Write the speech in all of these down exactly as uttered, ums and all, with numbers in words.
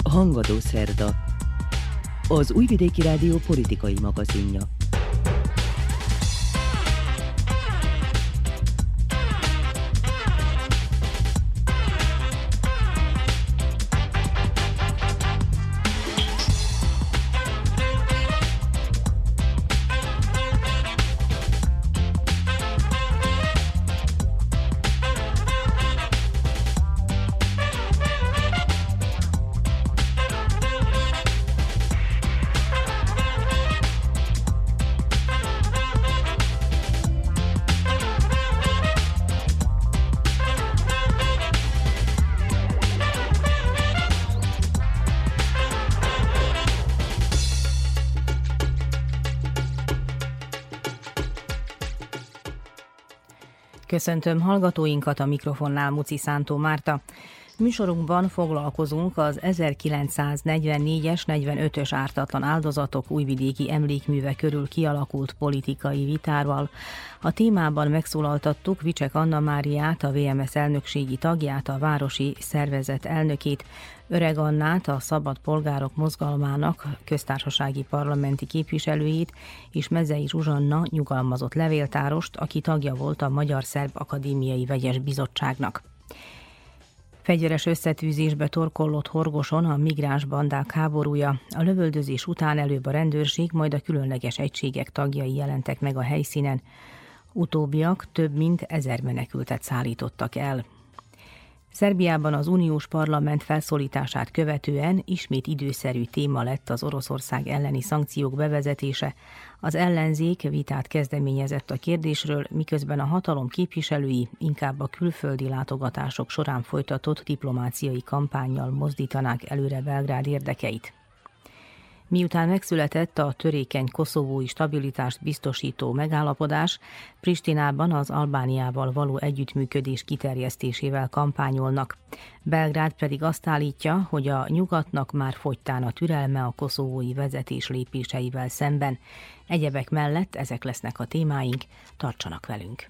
Hangadó szerda, az Újvidéki Rádió politikai magazinja. Köszöntöm hallgatóinkat, a mikrofonnál Muci Szántó Márta. Műsorunkban foglalkozunk az ezerkilencszáznegyvennégyes negyvenötös ártatlan áldozatok újvidéki emlékműve körül kialakult politikai vitával. A témában megszólaltattuk Vicsek Anna Máriát, a vé em es elnökségi tagját, a városi szervezet elnökét, Öreg Annát, a Szabad Polgárok Mozgalmának köztársasági parlamenti képviselőjét, és Mezei Zsuzsanna nyugalmazott levéltárost, aki tagja volt a Magyar-Szerb Akadémiai Vegyes Bizottságnak. Fegyveres összetűzésbe torkollott Horgoson a migráns bandák háborúja. A lövöldözés után előbb a rendőrség, majd a különleges egységek tagjai jelentek meg a helyszínen. Utóbbiak több mint ezer menekültet szállítottak el. Szerbiában az uniós parlament felszólítását követően ismét időszerű téma lett az Oroszország elleni szankciók bevezetése. Az ellenzék vitát kezdeményezett a kérdésről, miközben a hatalom képviselői inkább a külföldi látogatások során folytatott diplomáciai kampánnyal mozdítanák előre Belgrád érdekeit. Miután megszületett a törékeny koszovói stabilitást biztosító megállapodás, Pristinában az Albániával való együttműködés kiterjesztésével kampányolnak. Belgrád pedig azt állítja, hogy a nyugatnak már fogytán a türelme a koszovói vezetés lépéseivel szemben. Egyebek mellett ezek lesznek a témáink, tartsanak velünk!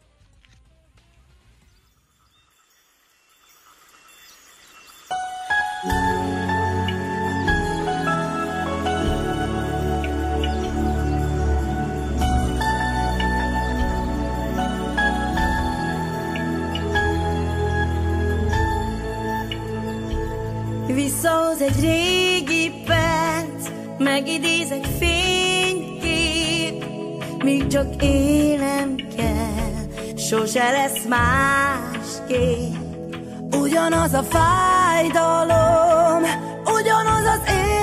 Visszahoz egy régi perc, megidéz egy fénykép, míg csak élnem kell, sose lesz másképp. Ugyanaz a fájdalom, ugyanaz az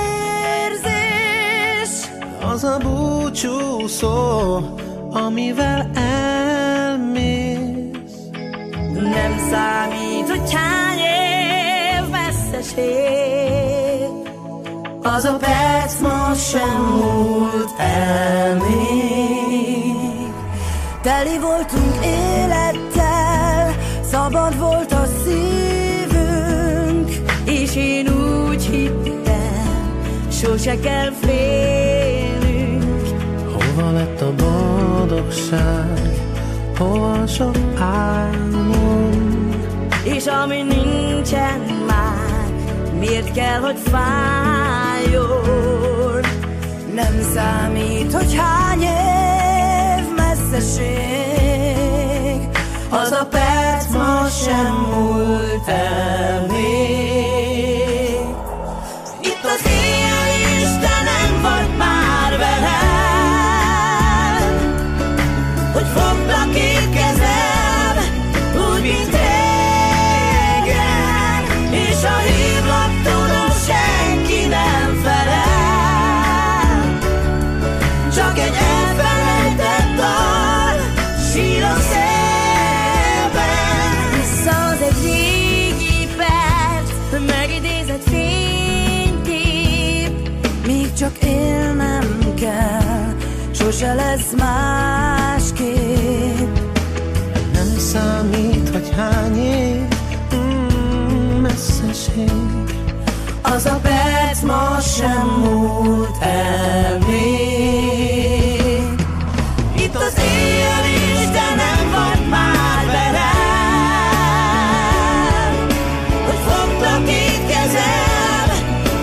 érzés, az a búcsú szó, amivel elmész. Nem számít, hogy hány év veszteség, az a perc most sem múlt el még. Teli voltunk élettel, szabad volt a szívünk, és én úgy hittem, sose kell félnünk. Hova lett a boldogság, hova sok álmunk, és ami nincsen már, miért kell, hogy fájjon? Nem számít, hogy hány év messzeség, az a perc most sem múlt el még. Itt az éjjel is, de nem vagy már velem, hogy fogta két kezem, úgy, mint régen, és a hívlak tudom, senki nem felel, csak egy elfelejtett dal sír a szélben. Visszahoz egy régi perc, megidézett fénykép, még csak élnem kell, sose lesz másképp. nem számít, hogy hány év mm, messzeség, Az a perc most sem múlt el még. Itt az éjjel is, de nem vagy már velem, hogy fogta két kezem,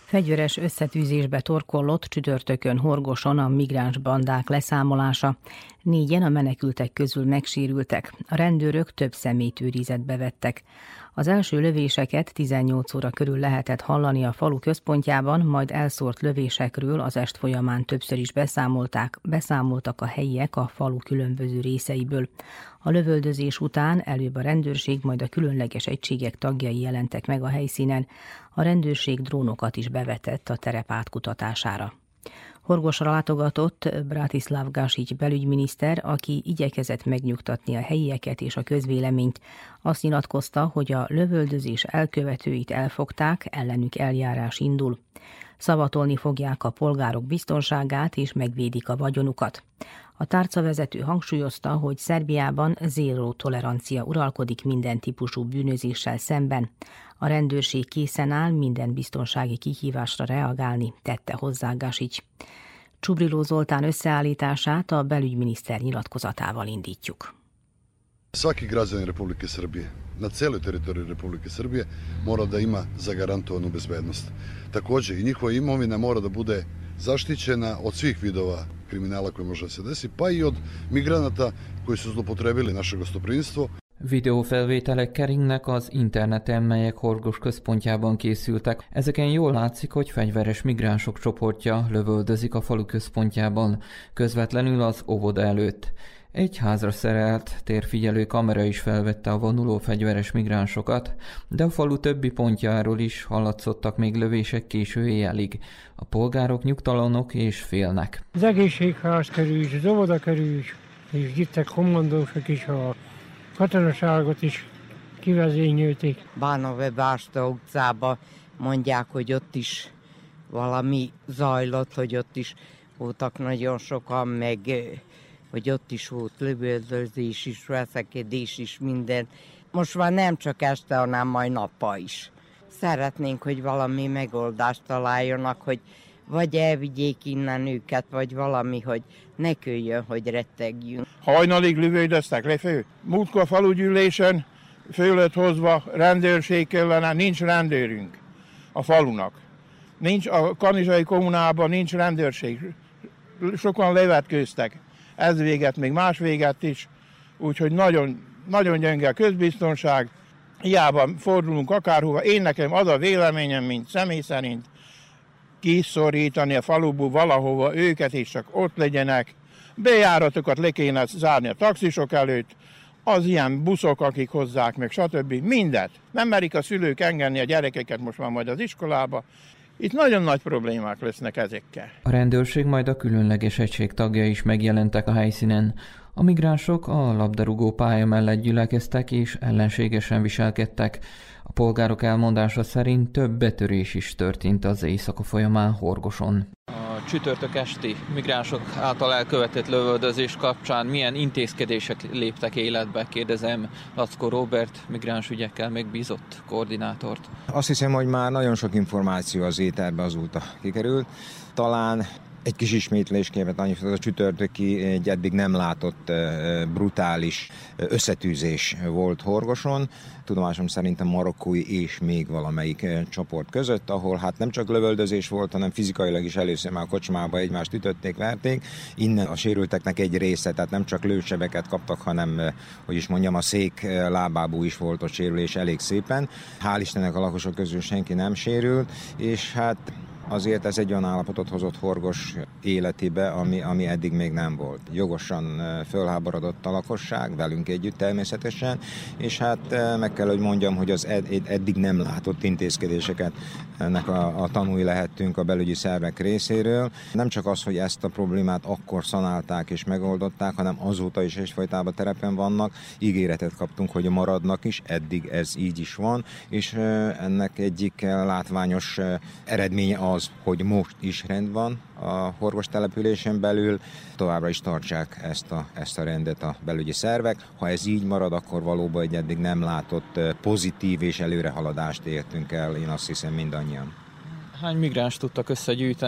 Fegyveres összetűzésbe torkollott csütörtökön Horgoson a migráns bandák leszámolása. Négyen a menekültek közül megsérültek. A rendőrök több személyt őrizetbe vettek. Az első lövéseket tizennyolc óra körül lehetett hallani a falu központjában, majd elszórt lövésekről az est folyamán többször is beszámolták, beszámoltak a helyiek a falu különböző részeiből. A lövöldözés után előbb a rendőrség, majd a különleges egységek tagjai jelentek meg a helyszínen. A rendőrség drónokat is bevetett a terep átkutatására. Horgosra látogatott Bratislav Gašić belügyminiszter, aki igyekezett megnyugtatni a helyieket és a közvéleményt. Azt nyilatkozta, hogy a lövöldözés elkövetőit elfogták, ellenük eljárás indul. Szavatolni fogják a polgárok biztonságát és megvédik a vagyonukat. A tárcavezető hangsúlyozta, hogy Szerbiában zéró tolerancia uralkodik minden típusú bűnözéssel szemben. A rendőrség készen áll minden biztonsági kihívásra reagálni, tette hozzá Gašić. Čubrilo Zoltán összeállítását a belügyminiszter nyilatkozatával indítjuk. Svaki građanin Republike Srbije na cijeloj teritoriji Republike Srbije mora da ima zagarantovanu bezbednost. Također i njihova imovina mora da bude zaštićena od svih vidova kriminala koji može da se desi, pa i od migranata koji su zlopotrebili naše gostoprinstvo. Videófelvételek keringnek az interneten, melyek Horgos központjában készültek. Ezeken jól látszik, hogy fegyveres migránsok csoportja lövöldözik a falu központjában, közvetlenül az óvoda előtt. Egy házra szerelt térfigyelő kamera is felvette a vonuló fegyveres migránsokat, de a falu többi pontjáról is hallatszottak még lövések késő éjjelig. A polgárok nyugtalanok és félnek. Az egészségház körül is, az óvoda körül is, és jöttek kommandósok is, a katonaságot is kivezényülték. Bánove Básta utcába mondják, hogy ott is valami zajlott, hogy ott is voltak nagyon sokan, meg hogy ott is volt lövöldözés is, veszekedés is, minden. Most már nem csak este, hanem majd nappal is. Szeretnénk, hogy valami megoldást találjanak, hogy vagy elvigyék innen őket, vagy valami, hogy ne köljön, hogy rettegjünk. Hajnalig lövöldöztek lefő. Múltkor falugyűlésen föl lett hozva, rendőrség kellene, nincs rendőrünk a falunak. Nincs, a kanizsai kommunában nincs rendőrség. Sokan levetkőztek. Ez véget, még más véget is. Úgyhogy nagyon, nagyon gyenge a közbiztonság. Hiába fordulunk akárhova. Én nekem az a véleményem, mint személy szerint, kiszorítani a faluból valahova őket, és csak ott legyenek. Bejáratokat le kéne zárni a taxisok előtt, az ilyen buszok, akik hozzák meg, stb. Mindet. Nem merik a szülők engedni a gyerekeket most már majd az iskolába. Itt nagyon nagy problémák lesznek ezekkel. A rendőrség majd a különleges egység tagja is megjelentek a helyszínen. A migránsok a labdarúgó pálya mellett gyülekeztek és ellenségesen viselkedtek. A polgárok elmondása szerint több betörés is történt az éjszaka folyamán Horgoson. A csütörtök esti migránsok által elkövetett lövöldözés kapcsán milyen intézkedések léptek életbe, kérdezem Lackó Róbert, migráns ügyekkel megbízott koordinátort. Azt hiszem, hogy már nagyon sok információ az éterbe azóta kikerült. Talán egy kis ismétlésképpen annyit, az a csütörtöki egy eddig nem látott brutális összetűzés volt Horgoson. Tudomásom szerint a marokkói és még valamelyik csoport között, ahol hát nem csak lövöldözés volt, hanem fizikailag is először már a kocsmába egymást ütötték, verték. Innen a sérülteknek egy része, tehát nem csak lősebeket kaptak, hanem, hogy is mondjam, a szék lábából is volt a sérülés elég szépen. Hál' Istennek a lakosok közül senki nem sérült, és hát azért ez egy olyan állapotot hozott Horgos életébe, ami, ami eddig még nem volt. Jogosan fölháborodott a lakosság, velünk együtt természetesen, és hát meg kell, hogy mondjam, hogy az ed- eddig nem látott intézkedéseket ennek a, a tanúi lehettünk a belügyi szervek részéről. Nem csak az, hogy ezt a problémát akkor szanálták és megoldották, hanem azóta is egyfajtában terepen vannak. Ígéretet kaptunk, hogy maradnak is, eddig ez így is van, és ennek egyik látványos eredménye az, az, hogy most is rend van a Horgos településen belül, továbbra is tartsák ezt a, ezt a rendet a belügyi szervek. Ha ez így marad, akkor valóban egy eddig nem látott pozitív és előrehaladást értünk el, én azt hiszem mindannyian. Hány migráns tudtak összegyűjteni?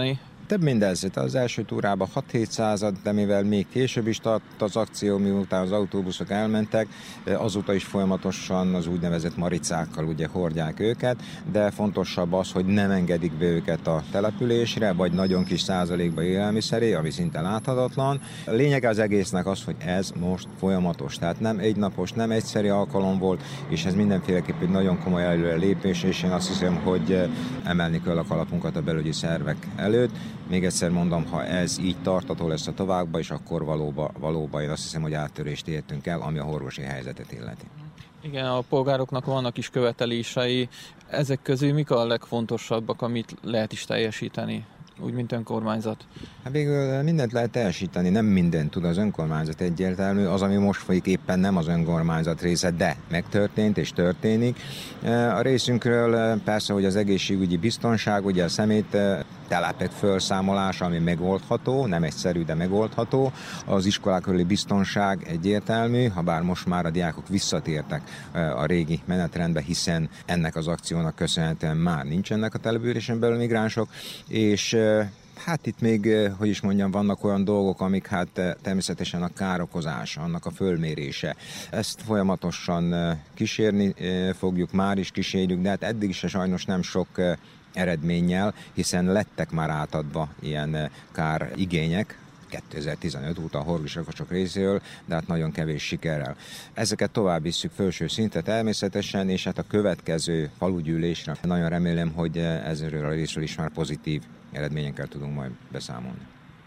Több mindez, az első túrában hat-hétszázad, de mivel még később is tart az akció, miután az autóbuszok elmentek, azóta is folyamatosan az úgynevezett maricákkal ugye hordják őket, de fontosabb az, hogy nem engedik be őket a településre, vagy nagyon kis százalékba élelmiszeré, ami szinte láthatatlan. A lényeg az egésznek az, hogy ez most folyamatos, tehát nem egynapos, nem egyszeri alkalom volt, és ez mindenféleképpen egy nagyon komoly előre lépés, és én azt hiszem, hogy emelni kell a kalapunkat a belügyi szervek előtt. Még egyszer mondom, ha ez így tartató lesz a továbbba, és akkor valóban, valóban én azt hiszem, hogy áttörést értünk el, ami a orvosi helyzetet illeti. Igen, a polgároknak vannak is követelései. Ezek közül mik a legfontosabbak, amit lehet is teljesíteni, úgy mint önkormányzat? Hát végül mindent lehet teljesíteni, nem mindent tud az önkormányzat, egyértelmű. Az, ami most folyik, éppen nem az önkormányzat része, de megtörtént és történik. A részünkről persze, hogy az egészségügyi biztonság, ugye a szemét telepek felszámolása, ami megoldható, nem egyszerű, de megoldható. Az iskolák körüli biztonság egyértelmű, ha bár most már a diákok visszatértek a régi menetrendbe, hiszen ennek az akciónak köszönhetően már nincsenek a településen belül migránsok, és hát itt még, hogy is mondjam, vannak olyan dolgok, amik hát természetesen a károkozás, annak a fölmérése. Ezt folyamatosan kísérni fogjuk, már is kísérjük, de hát eddig is sajnos nem sok eredménnyel, hiszen lettek már átadva ilyen kár igények kétezer-tizenöt óta a horgosakocsok részéről, de hát nagyon kevés sikerrel. Ezeket tovább visszük felső szintre természetesen, és hát a következő falugyűlésre nagyon remélem, hogy ezzel a részről is már pozitív eredményekkel tudunk majd beszámolni.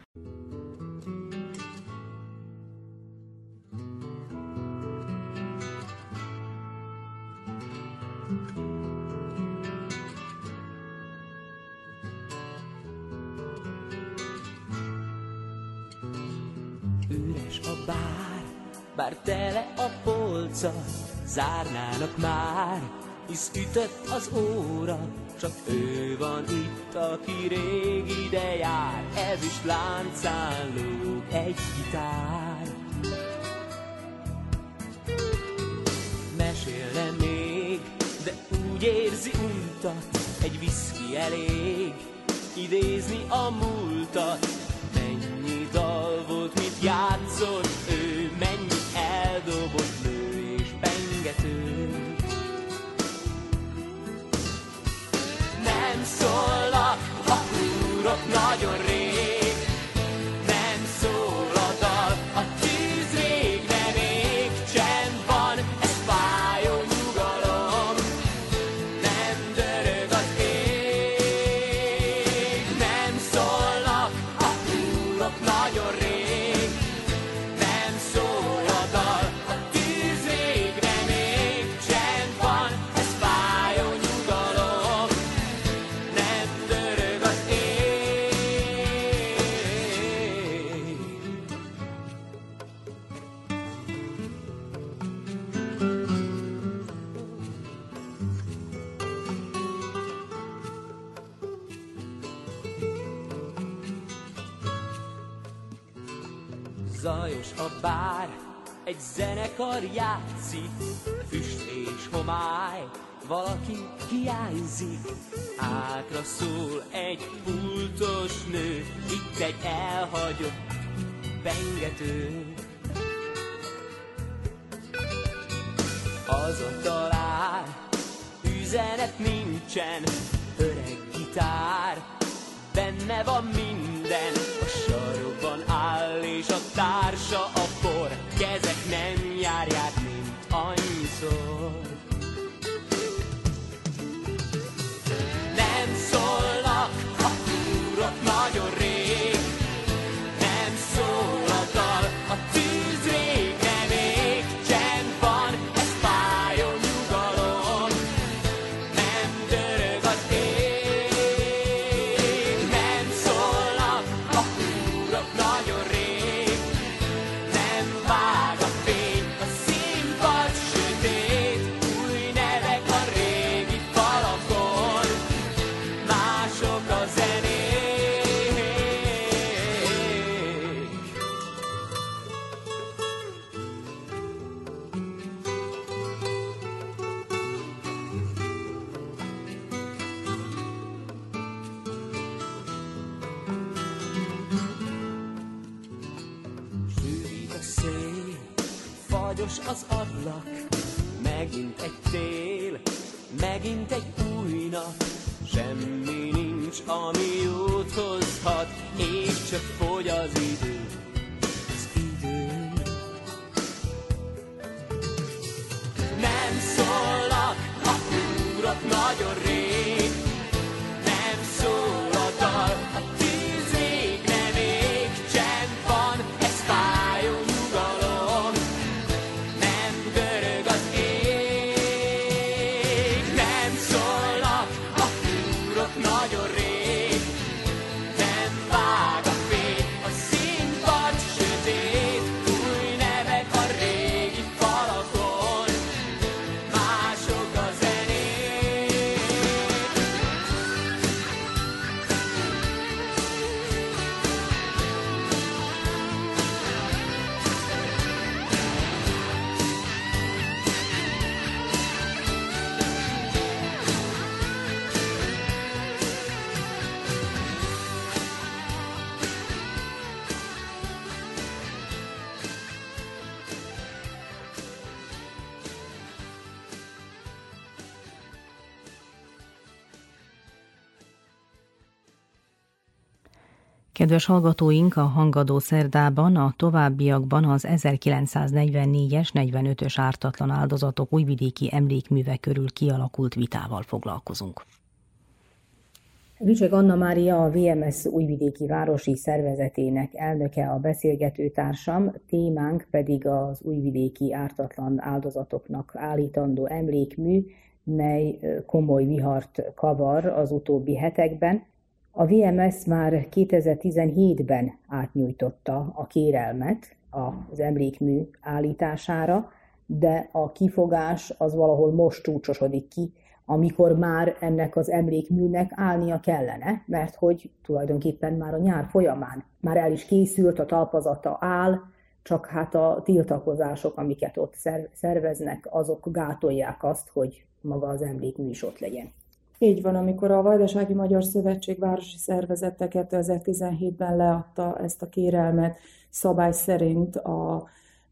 Üres a bár, bár tele a polca, zárnának már, hisz ütött az óra. Csak ő van itt, aki rég ide jár, ezüst láncán lóg egy gitár. Mesélne még, de úgy érzi untat, egy viszki elég idézni a múltat. Mennyi dal volt, mit játszott ő, mennyi eldobott nő és pengető. Nem szólnak a úrok nagyon rég, nem szól a dal, a tűz rég nem ég, csend van, ez fájó nyugalom, nem dörög az ég. Nem szólnak a úrok nagyon rég, nem szól a dal, a tűz rég nem ég, csend van, ez fájó nyugalom, nem dörög az ég. Zajos a bár, egy zenekar játszik, füst és homály, valaki hiányzik. Hátra szól egy pultos nő, itt egy elhagyott pengető. Azon talál, üzenet nincsen, öreg gitár, benne van minden, a sarokban áll és a társa a por, kezek nem járják, mint annyiszor. Nem szólnak a úrok nagyon rég, nem szól a dal, a tűz rég nem ég, csend van, ez fájó nyugalom, nem dörög az ég. Nem szólnak a úrok nagyon rég, nem vág a fény, a színpad sötét, az ablak, megint egy tél, megint egy új nap. Semmi nincs, ami jót hozhat, és csak fogy az idő, az idő. Nem szólnak a húrok nagyon rég, nem szól a dal, a tűz rég nem ég, csend van, ez fájó nyugalom, nem görög az ég. Nem szólnak a húrok nagyon rég, nem vág a fény, a színpad sötét, új nevek a régi falakon, mások a zenék. Kedves hallgatóink, a Hangadó szerdában a továbbiakban az ezerkilencszáznegyvennégyes negyvenötös ártatlan áldozatok újvidéki emlékműve körül kialakult vitával foglalkozunk. Vicsek Anna Mária, a vé em es újvidéki városi szervezetének elnöke a beszélgető társam, témánk pedig az újvidéki ártatlan áldozatoknak állítandó emlékmű, mely komoly vihart kavar az utóbbi hetekben. A vé em es már kétezer-tizenhétben átnyújtotta a kérelmet az emlékmű állítására, de a kifogás az valahol most csúcsosodik ki, amikor már ennek az emlékműnek állnia kellene, mert hogy tulajdonképpen már a nyár folyamán már el is készült, a talpazata áll, csak hát a tiltakozások, amiket ott szerveznek, azok gátolják azt, hogy maga az emlékmű is ott legyen. Így van, amikor a Vajdasági Magyar Szövetség városi szervezete kétezer-tizenhétben leadta ezt a kérelmet, szabály szerint a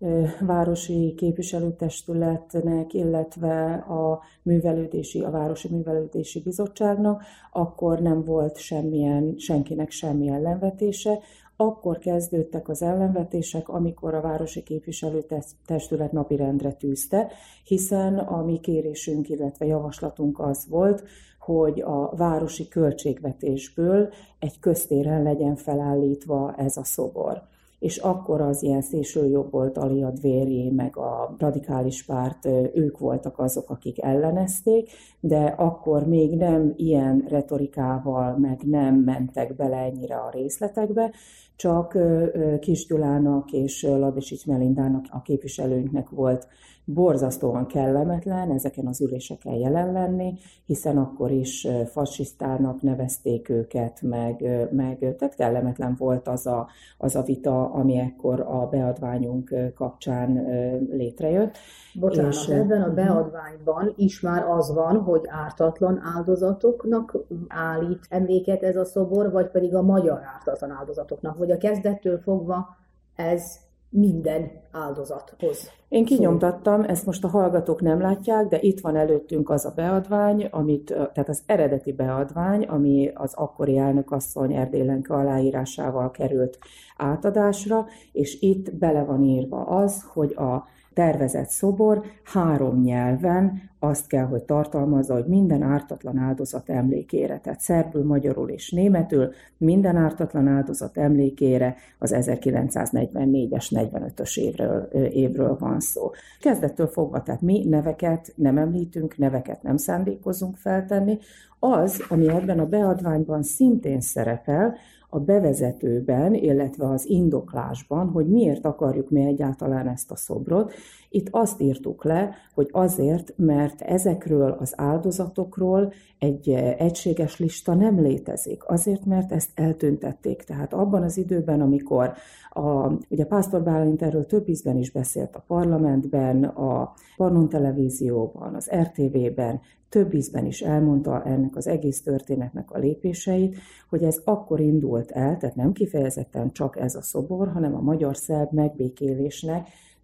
városi képviselőtestületnek, illetve a művelődési, a Városi Művelődési Bizottságnak, akkor nem volt semmilyen, senkinek semmi ellenvetése. Akkor kezdődtek az ellenvetések, amikor a Városi Képviselőtestület napirendre tűzte, hiszen a mi kérésünk, illetve javaslatunk az volt, hogy a városi költségvetésből egy köztéren legyen felállítva ez a szobor. És akkor az ilyen szélső jobboldali, a Dvéri, meg a radikális párt, ők voltak azok, akik ellenezték, de akkor még nem ilyen retorikával, meg nem mentek bele ennyire a részletekbe, csak Kis Gyulának és Ladisics Melindának, a képviselőnknek volt borzasztóan kellemetlen ezeken az üléseken jelen lenni, hiszen akkor is fasisztának nevezték őket, meg, meg tehát kellemetlen volt az a, az a vita, ami ekkor a beadványunk kapcsán létrejött. Bocsánat, és ebben a beadványban is már az van, hogy ártatlan áldozatoknak állít emléket ez a szobor, vagy pedig a magyar ártatlan áldozatoknak, vagy a kezdettől fogva ez minden áldozathoz. Én kinyomtattam, ezt most a hallgatók nem látják, de itt van előttünk az a beadvány, amit, tehát az eredeti beadvány, ami az akkori elnökasszony Erdély Lenke aláírásával került átadásra, és itt bele van írva az, hogy a tervezett szobor három nyelven azt kell, hogy tartalmazza, hogy minden ártatlan áldozat emlékére, tehát szerbül, magyarul és németül minden ártatlan áldozat emlékére az ezerkilencszáznegyvennégyes negyvenötös évről, évről van szó. Kezdettől fogva, tehát mi neveket nem említünk, neveket nem szándékozunk feltenni. Az, ami ebben a beadványban szintén szerepel, a bevezetőben, illetve az indoklásban, hogy miért akarjuk mi egyáltalán ezt a szobrot. Itt azt írtuk le, hogy azért, mert ezekről az áldozatokról egy egységes lista nem létezik. Azért, mert ezt eltüntették. Tehát abban az időben, amikor a, ugye Pásztor Bálint erről több ízben is beszélt a parlamentben, a Pannon televízióban, az er té vében, több ízben is elmondta ennek az egész történetnek a lépéseit, hogy ez akkor indult el, tehát nem kifejezetten csak ez a szobor, hanem a magyar-szerb megbékélésnek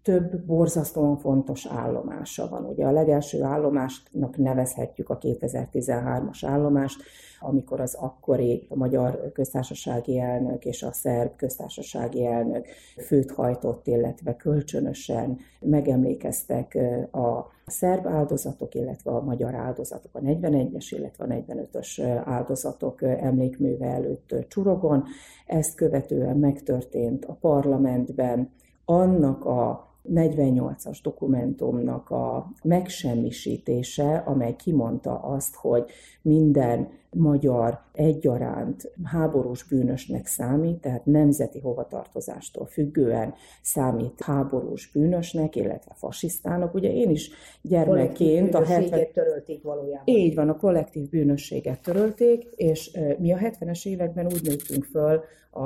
több borzasztóan fontos állomása van. Ugye a legelső állomásnak nevezhetjük a kétezer-tizenhármas állomást, amikor az akkori a magyar köztársasági elnök és a szerb köztársasági elnök főt hajtott, illetve kölcsönösen megemlékeztek a szerb áldozatok, illetve a magyar áldozatok, a negyvenegyes, illetve a negyvenötös áldozatok emlékműve előtt Csurogon. Ezt követően megtörtént a parlamentben annak a negyvennyolcas dokumentumnak a megsemmisítése, amely kimondta azt, hogy minden magyar egyaránt háborús bűnösnek számít, tehát nemzeti hovatartozástól függően számít háborús bűnösnek, illetve fasisztának. Ugye én is gyermekként a hetven... törölték valójában. Így van, a kollektív bűnösséget törölték, és mi a hetvenes években úgy nőttünk föl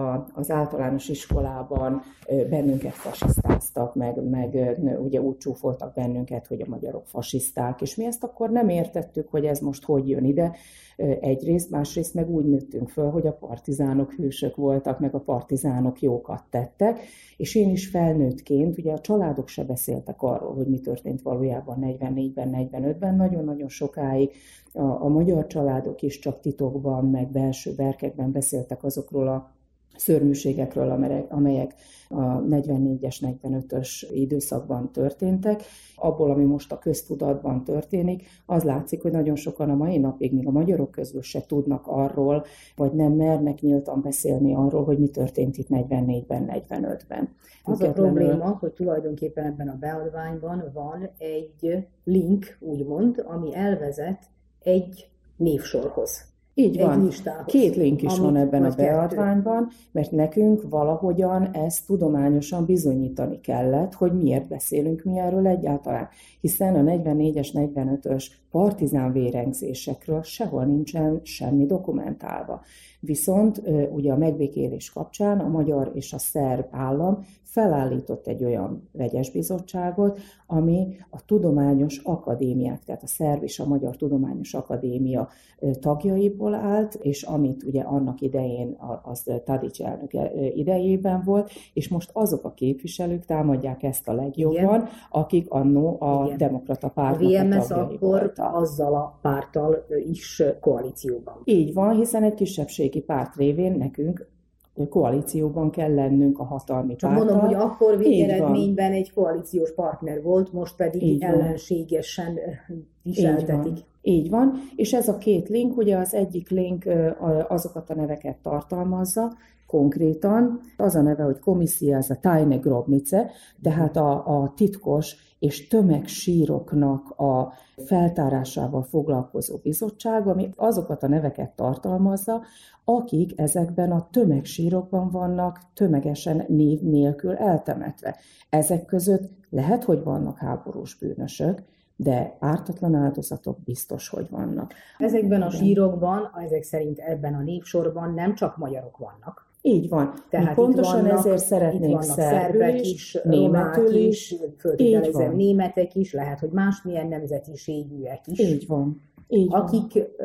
az általános iskolában, bennünket fasisztáztak, meg, meg ugye úgy csúfoltak bennünket, hogy a magyarok fasiszták, és mi ezt akkor nem értettük, hogy ez most hogy jön ide. Egyrészt, másrészt meg úgy nőttünk föl, hogy a partizánok hősök voltak, meg a partizánok jókat tettek, és én is felnőttként, ugye a családok se beszéltek arról, hogy mi történt valójában negyvennégyben, negyvenötben, nagyon-nagyon sokáig a, a magyar családok is csak titokban, meg belső berkekben beszéltek azokról a szörnyűségekről, amelyek a negyvennégyes, negyvenötös időszakban történtek. Abból, ami most a köztudatban történik, az látszik, hogy nagyon sokan a mai napig, még a magyarok közül se tudnak arról, vagy nem mernek nyíltan beszélni arról, hogy mi történt itt negyvennégyben, negyvenötben. Az a probléma, hogy tulajdonképpen ebben a beadványban van egy link, úgymond, ami elvezet egy névsorhoz. Így van. Két link is van ebben a beadványban, mert nekünk valahogyan ezt tudományosan bizonyítani kellett, hogy miért beszélünk mi erről egyáltalán. Hiszen a negyvennégyes, negyvenötös partizán vérengzésekről sehol nincsen semmi dokumentálva. Viszont ugye a megbékélés kapcsán a magyar és a szerb állam felállított egy olyan vegyes bizottságot, ami a tudományos akadémiák, tehát a szerb és a magyar tudományos akadémia tagjaiból állt, és amit ugye annak idején az Tadić elnök idejében volt, és most azok a képviselők támadják ezt a legjobban, igen, akik annó a igen. demokrata pártnak a, a vé em es tagjai akkor voltak. Azzal a párttal is koalícióban. Így van, hiszen egy kisebbségi párt révén nekünk koalícióban kell lennünk a hatalmi Csak párttal. mondom, hogy akkor végeredményben egy koalíciós partner volt, most pedig így ellenségesen viseltetik. Így van. Így van, és ez a két link, ugye az egyik link azokat a neveket tartalmazza, konkrétan az a neve, hogy Komisija za tajne grobnice, tehát a, a titkos és tömegsíroknak a feltárásával foglalkozó bizottság, ami azokat a neveket tartalmazza, akik ezekben a tömegsírokban vannak tömegesen név nélkül eltemetve. Ezek között lehet, hogy vannak háborús bűnösök, de ártatlan áldozatok biztos, hogy vannak. Ezekben a sírokban, ezek szerint ebben a névsorban nem csak magyarok vannak. Így van. Tehát mi pontosan vannak, ezért szeretnénk szerbek is, is németül is, föltételezem németek is, lehet, hogy másmilyen nemzetiségűek is. Így van. Így akik uh,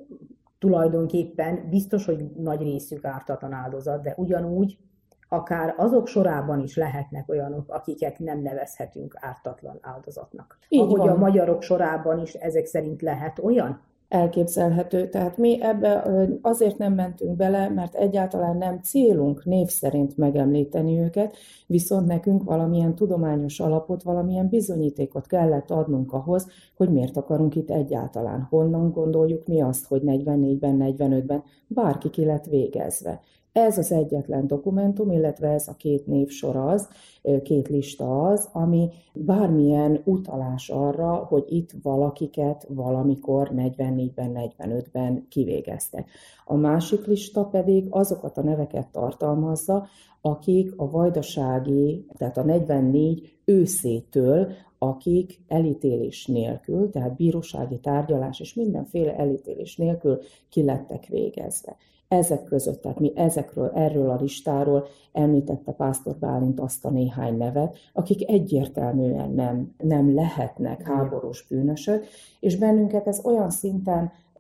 tulajdonképpen biztos, hogy nagy részük ártatlan áldozat, de ugyanúgy akár azok sorában is lehetnek olyanok, akiket nem nevezhetünk ártatlan áldozatnak. Így Ahogy van. A magyarok sorában is ezek szerint lehet olyan? Elképzelhető. Tehát mi ebbe azért nem mentünk bele, mert egyáltalán nem célunk név szerint megemlíteni őket, viszont nekünk valamilyen tudományos alapot, valamilyen bizonyítékot kellett adnunk ahhoz, hogy miért akarunk itt egyáltalán. Honnan gondoljuk mi azt, hogy negyvennégyben, negyvenötben bárki ki lett végezve. Ez az egyetlen dokumentum, illetve ez a két névsor az, két lista az, ami bármilyen utalás arra, hogy itt valakiket valamikor negyvennégyben, negyvenötben kivégeztek. A másik lista pedig azokat a neveket tartalmazza, akik a vajdasági, tehát a negyvennégy őszétől, akik elítélés nélkül, tehát bírósági tárgyalás és mindenféle elítélés nélkül ki lettek végezve. Ezek között, tehát mi ezekről, erről a listáról említette Pásztor Bálint azt a néhány nevet, akik egyértelműen nem, nem lehetnek háborús bűnösök, és bennünket ez olyan szinten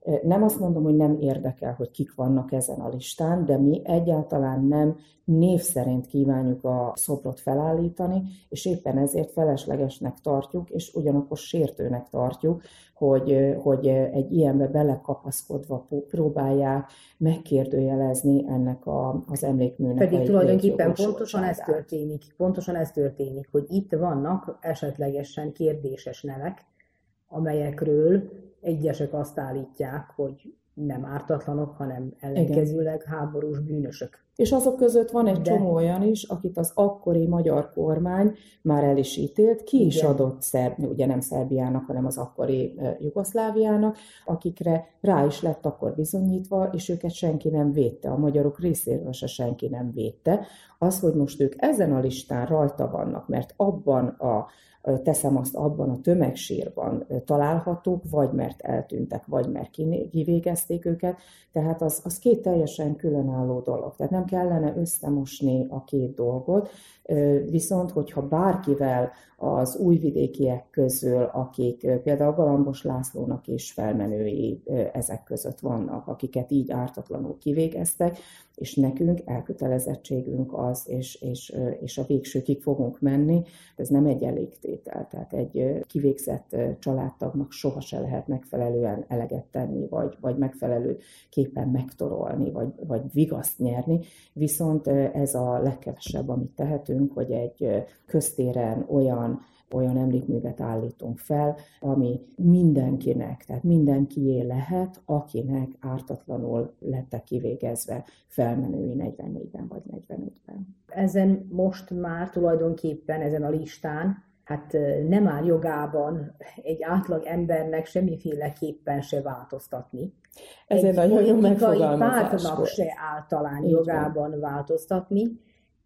Nem azt mondom, hogy nem érdekel, hogy kik vannak ezen a listán, de mi egyáltalán nem név szerint kívánjuk a szobrot felállítani, és éppen ezért feleslegesnek tartjuk, és ugyanakkor sértőnek tartjuk, hogy, hogy egy ilyenbe belekapaszkodva próbálják megkérdőjelezni ennek a, az emlékműnek. Pedig tulajdonképpen pontosan ez történik, pontosan ez történik, hogy itt vannak esetlegesen kérdéses nevek, amelyekről egyesek azt állítják, hogy nem ártatlanok, hanem ellenkezőleg háborús bűnösök. És azok között van egy De... csomó olyan is, akit az akkori magyar kormány már el is ítélt, ki Igen. is adott Szerb, ugye nem Szerbiának, hanem az akkori Jugoszláviának, akikre rá is lett akkor bizonyítva, és őket senki nem védte, a magyarok részéről se senki nem védte. Az, hogy most ők ezen a listán rajta vannak, mert abban a teszem azt, abban a tömegsírban találhatók, vagy mert eltűntek, vagy mert kivégezték őket, tehát az, az két teljesen különálló dolog. Tehát nem kellene összemosni a két dolgot, viszont hogyha bárkivel az újvidékiek közül, akik például Galambos Lászlónak is felmenői ezek között vannak, akiket így ártatlanul kivégeztek, és nekünk elkötelezettségünk az, és, és, és a végsőkig fogunk menni, ez nem egy elégtétel. Tehát egy kivégzett családtagnak soha se lehet megfelelően eleget tenni, vagy, vagy megfelelőképpen megtorolni, vagy, vagy vigaszt nyerni, viszont ez a legkevesebb, amit tehetünk, hogy egy köztéren olyan olyan emlékművet állítunk fel, ami mindenkinek, tehát mindenkié lehet, akinek ártatlanul lettek kivégezve felmenői negyvennégyben vagy negyvenötben. Ezen most már tulajdonképpen ezen a listán, hát nem áll jogában egy átlag embernek semmiféleképpen se változtatni. Ez egy, egy nagyon jó megfogalmazás. Pártnak se áll talán jogában van. változtatni.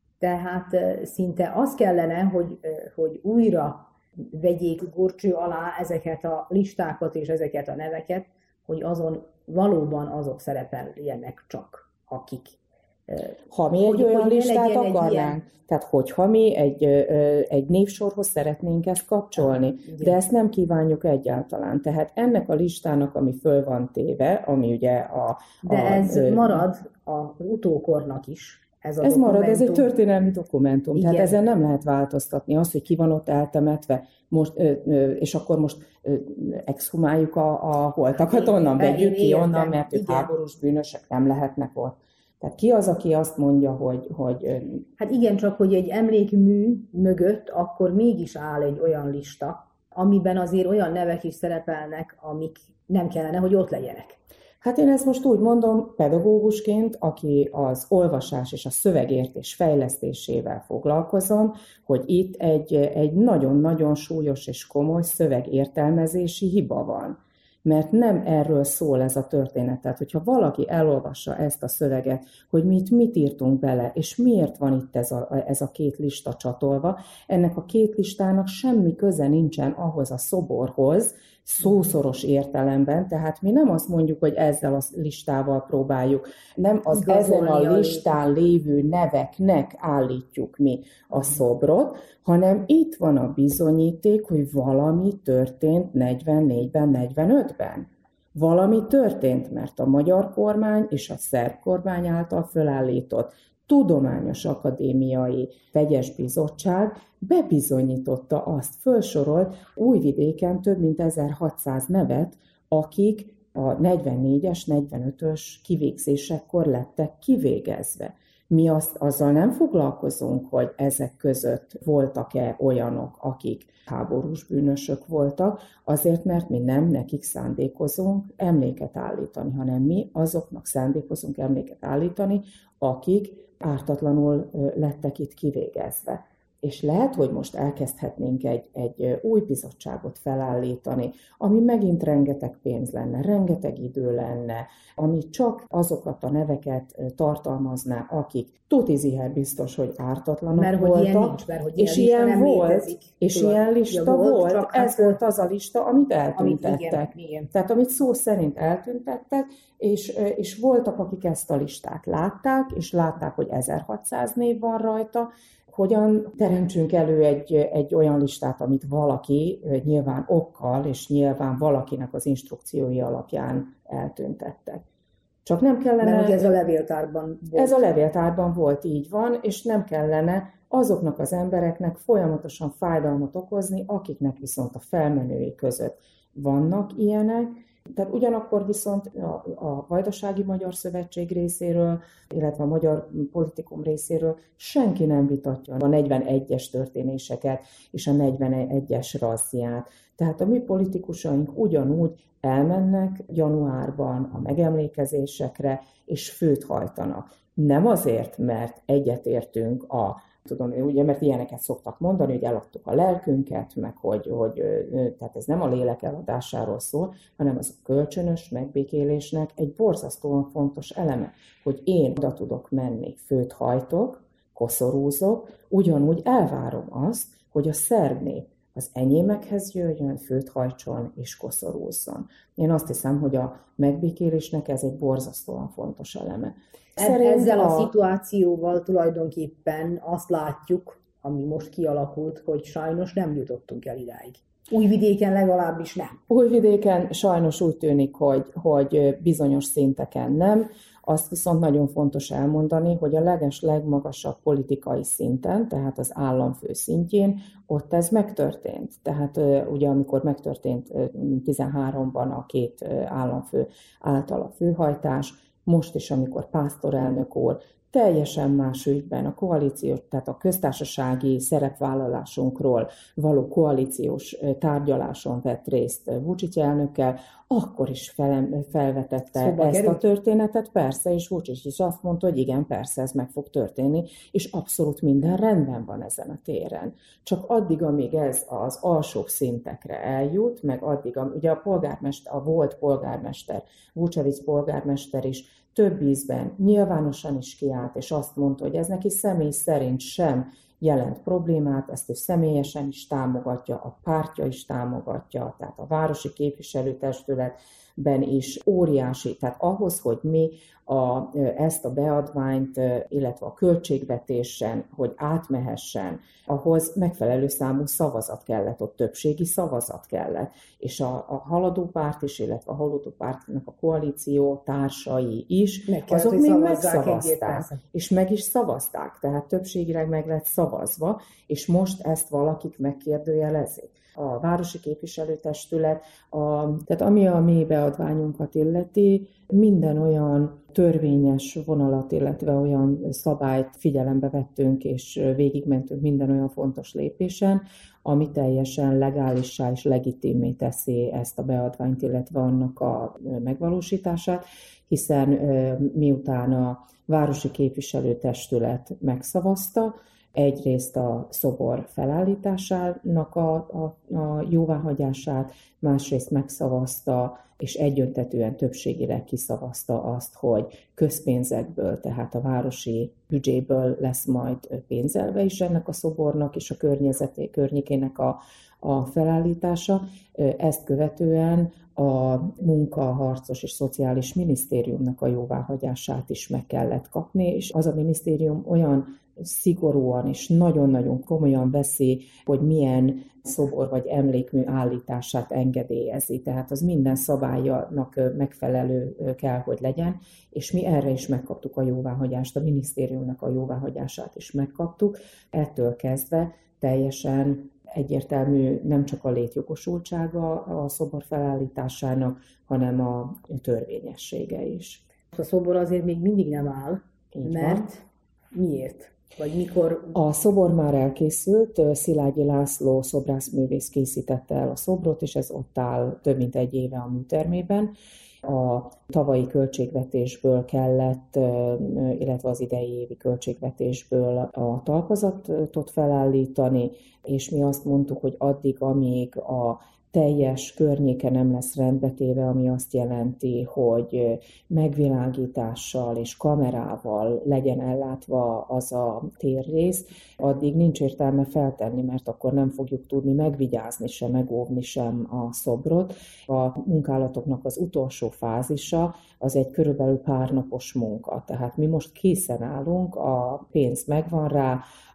Tehát szinte az kellene, hogy, hogy újra vegyék górcső alá ezeket a listákat és ezeket a neveket, hogy azon valóban azok szerepeljenek csak, akik. Ha mi egy hogy, olyan hogy listát akarnánk, ilyen... tehát hogyha mi egy, egy névsorhoz szeretnénk ezt kapcsolni, ah, de ezt nem kívánjuk egyáltalán. Tehát ennek a listának, ami föl van téve, ami ugye a... De a, ez ö... marad az utókornak is. Ez, ez marad, ez egy történelmi dokumentum, igen. Tehát ezen nem lehet változtatni. Az, hogy ki van ott eltemetve, most, és akkor most exhumáljuk a, a holtakat, onnan vegyük ki onnan, mert ők háborús bűnösek nem lehetnek ott. Tehát ki az, aki azt mondja, hogy... hogy hát igen, csak hogy egy emlékmű mögött akkor mégis áll egy olyan lista, amiben azért olyan nevek is szerepelnek, amik nem kellene, hogy ott legyenek. Hát én ezt most úgy mondom pedagógusként, aki az olvasás és a szövegértés fejlesztésével foglalkozom, hogy itt egy, egy nagyon-nagyon súlyos és komoly szövegértelmezési hiba van. Mert nem erről szól ez a történet. Tehát, hogyha valaki elolvassa ezt a szöveget, hogy mit, mit írtunk bele, és miért van itt ez a, ez a két lista csatolva, ennek a két listának semmi köze nincsen ahhoz a szoborhoz, szószoros értelemben, tehát mi nem azt mondjuk, hogy ezzel a listával próbáljuk, nem az ezen a listán lévő neveknek állítjuk mi a szobrot, hanem itt van a bizonyíték, hogy valami történt negyvennégyben, negyvenötben. Valami történt, mert a magyar kormány és a szerb kormány által fölállított Tudományos Akadémiai Vegyes Bizottság bebizonyította azt, fölsorolt Újvidéken több mint ezerhatszáz nevet, akik a negyvennégyes, negyvenötös kivégzésekkor lettek kivégezve. Mi azt, azzal nem foglalkozunk, hogy ezek között voltak-e olyanok, akik háborús bűnösök voltak, azért, mert mi nem nekik szándékozunk emléket állítani, hanem mi azoknak szándékozunk emléket állítani, akik ártatlanul lettek itt kivégezve. És lehet, hogy most elkezdhetnénk egy, egy új bizottságot felállítani, ami megint rengeteg pénz lenne, rengeteg idő lenne, ami csak azokat a neveket tartalmazná, akik tuti-ziher biztos, hogy ártatlanok mert voltak. Hogy ilyen nincs, mert hogy és ilyen, ilyen volt, létezik, és tudod, ilyen lista volt, volt ez hát, volt az a lista, amit eltüntettek. Amit igen, igen. Tehát amit szó szerint eltüntettek, és, és voltak, akik ezt a listát látták, és látták, hogy ezerhatszáz név van rajta, hogyan teremtsünk elő egy, egy olyan listát, amit valaki nyilván okkal, és nyilván valakinek az instrukciói alapján eltüntettek. Csak nem kellene... Mert ez a levéltárban volt. Ez a levéltárban volt, így van, és nem kellene azoknak az embereknek folyamatosan fájdalmat okozni, akiknek viszont a felmenői között vannak ilyenek. Tehát ugyanakkor viszont a, a Vajdasági Magyar Szövetség részéről, illetve a magyar politikum részéről senki nem vitatja a negyvenegyes történéseket és a negyvenegyes razziát. Tehát a mi politikusaink ugyanúgy elmennek januárban a megemlékezésekre, és főt hajtanak. Nem azért, mert egyetértünk a Tudom, ugye, mert ilyeneket szoktak mondani, hogy eladtuk a lelkünket, meg hogy, hogy tehát ez nem a lélek eladásáról szól, hanem az a kölcsönös megbékélésnek egy borzasztóan fontos eleme, hogy én oda tudok menni, főt hajtok, koszorúzok, ugyanúgy elvárom azt, hogy a szerb nép az enyémekhez jöjjön, főt hajtson és koszorúzzon. Én azt hiszem, hogy a megbékélésnek ez egy borzasztóan fontos eleme. Szerint Ezzel a... a szituációval tulajdonképpen azt látjuk, ami most kialakult, hogy sajnos nem jutottunk el idáig. Újvidéken legalábbis nem. Újvidéken sajnos úgy tűnik, hogy, hogy bizonyos szinteken nem. Azt viszont nagyon fontos elmondani, hogy a leges legmagasabb politikai szinten, tehát az államfő szintjén, ott ez megtörtént. Tehát ugye amikor megtörtént tizenháromban a két államfő által a főhajtás, most is, amikor pásztorelnök úr teljesen más ügyben a koalíciós, tehát a köztársasági szerepvállalásunkról való koalíciós tárgyaláson vett részt Vučić elnökkel, akkor is fel, felvetette szóba ezt kerül? a történetet, persze, és Vučić is azt mondta, hogy igen, persze, ez meg fog történni, és abszolút minden rendben van ezen a téren. Csak addig, amíg ez az alsóbb szintekre eljut, meg addig, ugye a polgármester, a volt polgármester, Vučević polgármester is több ízben nyilvánosan is kiállt, és azt mondta, hogy ez neki személy szerint sem jelent problémát, ezt ő személyesen is támogatja, a pártja is támogatja, tehát a városi képviselőtestületben is óriási. Tehát ahhoz, hogy mi a, ezt a beadványt, illetve a költségvetésen, hogy átmehessen, ahhoz megfelelő számú szavazat kellett, ott többségi szavazat kellett. És a, a haladó párt is, illetve a haladó pártnak a koalíció társai is, meg kellett, azok még megszavazták. És meg is szavazták, tehát többségileg meg lett szavazva, és most ezt valakik megkérdőjelezik. A városi képviselőtestület, a, tehát ami a mi beadványunkat illeti, minden olyan törvényes vonalat, illetve olyan szabályt figyelembe vettünk, és végigmentünk minden olyan fontos lépésen, ami teljesen legálissá és legitimé teszi ezt a beadványt, illetve annak a megvalósítását, hiszen miután a városi képviselőtestület megszavazta, egyrészt a szobor felállításának a, a, a jóváhagyását, másrészt megszavazta, és egyöntetűen többségileg kiszavazta azt, hogy közpénzekből, tehát a városi büdzséből lesz majd pénzelve is ennek a szobornak és a környezeté, környékének a, a felállítása. Ezt követően a munka, harcos és szociális minisztériumnak a jóváhagyását is meg kellett kapni, és az a minisztérium olyan szigorúan és nagyon-nagyon komolyan veszi, hogy milyen szobor vagy emlékmű állítását engedélyezi. Tehát az minden szabálynak megfelelő kell, hogy legyen, és mi erre is megkaptuk a jóváhagyást, a minisztériumnak a jóváhagyását is megkaptuk. Ettől kezdve teljesen egyértelmű nem csak a létjogosultsága a szobor felállításának, hanem a törvényessége is. A szobor azért még mindig nem áll, így mert van. Miért? Vagy mikor? A szobor már elkészült, Szilágyi László szobrászművész készítette el a szobrot, és ez ott áll több mint egy éve a műtermében. A tavalyi költségvetésből kellett, illetve az idei évi költségvetésből a talpazatot felállítani, és mi azt mondtuk, hogy addig, amíg a teljes környéke nem lesz rendbetéve, ami azt jelenti, hogy megvilágítással és kamerával legyen ellátva az a térrész, addig nincs értelme feltenni, mert akkor nem fogjuk tudni megvigyázni sem, megóvni sem a szobrot. A munkálatoknak az utolsó fázisa az egy körülbelül pár napos munka. Tehát mi most készen állunk, a pénz megvan rá,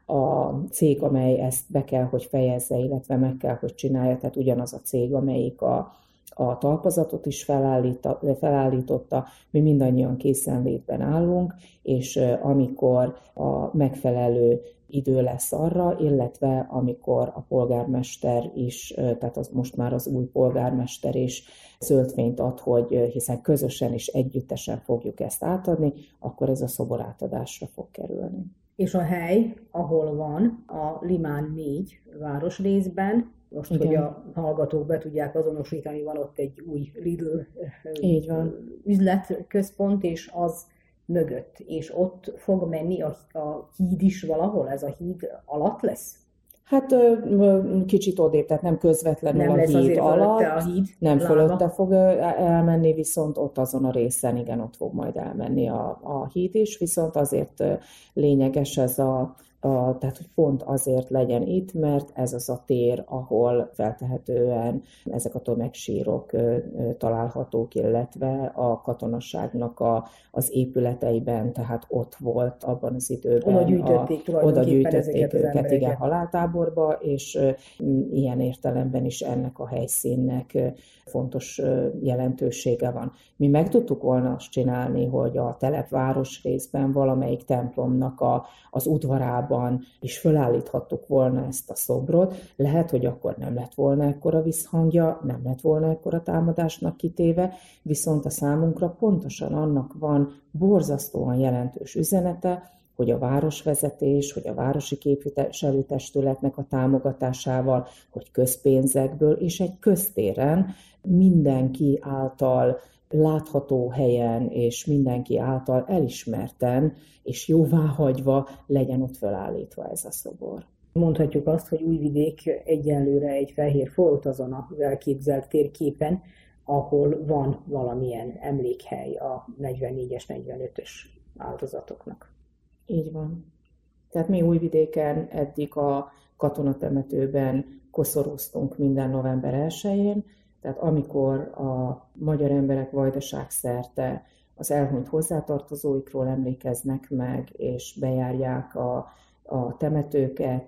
a cég, amely ezt be kell, hogy fejezze, illetve meg kell, hogy csinálja, tehát ugyanaz a cég, amelyik a, a talpazatot is felállította, mi mindannyian készenlétben állunk, és amikor a megfelelő idő lesz arra, illetve amikor a polgármester is, tehát az most már az új polgármester is zöldfényt ad, hogy hiszen közösen és együttesen fogjuk ezt átadni, akkor ez a szobor átadásra fog kerülni. És a hely, ahol van, a Limán négy városrészben, most, igen, hogy a hallgatók be tudják azonosítani, van ott egy új Lidl így van. üzletközpont, és az mögött, és ott fog menni a, a híd is valahol, ez a híd alatt lesz? Hát kicsit odébb, tehát nem közvetlenül nem a híd alatt, a híd nem lába. Fölötte fog elmenni, viszont ott azon a részen, igen, ott fog majd elmenni a, a híd is, viszont azért lényeges ez a, a, tehát hogy pont azért legyen itt, mert ez az a tér, ahol feltehetően ezek a tömegsírok találhatók, illetve a katonaságnak a, az épületeiben, tehát ott volt abban az időben. Oda gyűjtötték a, oda gyűjtötték őket, embereket. Igen, haláltáborba, és ilyen értelemben is ennek a helyszínnek fontos jelentősége van. Mi meg tudtuk volna azt csinálni, hogy a telepváros részben valamelyik templomnak a, az udvarában is fölállíthattuk volna ezt a szobrot. Lehet, hogy akkor nem lett volna ekkora visszhangja, nem lett volna ekkora támadásnak kitéve, viszont a számunkra pontosan annak van borzasztóan jelentős üzenete, hogy a városvezetés, hogy a városi képviselőtestületnek a támogatásával, hogy közpénzekből és egy köztéren mindenki által látható helyen és mindenki által elismerten és jóváhagyva legyen ott felállítva ez a szobor. Mondhatjuk azt, hogy Újvidék egyenlőre egy fehér folt azon az elképzelt térképen, ahol van valamilyen emlékhely a negyvennégyes, negyvenötös áldozatoknak. Így van. Tehát mi Újvidéken eddig a katonatemetőben koszorúztunk minden november elsején, tehát amikor a magyar emberek Vajdaság szerte az elhunyt hozzátartozóikról emlékeznek meg, és bejárják a, a temetőket.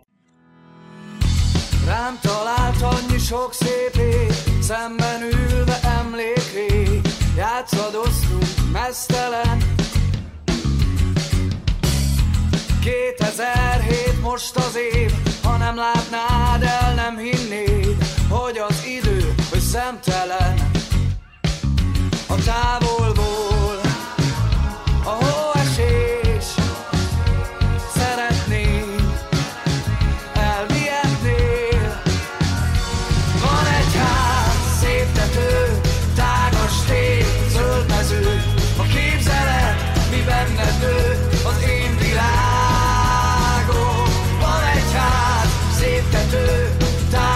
Rám talált annyi sok szép ég, szemben ülve emlékrég, játszadoztunk meztelen. kétezer-hét most az év, ha nem látnád, el nem hinnéd, hogy az idő, hogy szemtelen. A távolból a hóesés, szeretnék, elvihetnél. Van egy ház, szép tető, tágas tér, zöld mező, a képzelet, mi benned nő, az én világom. Van egy ház, szép tető, tágas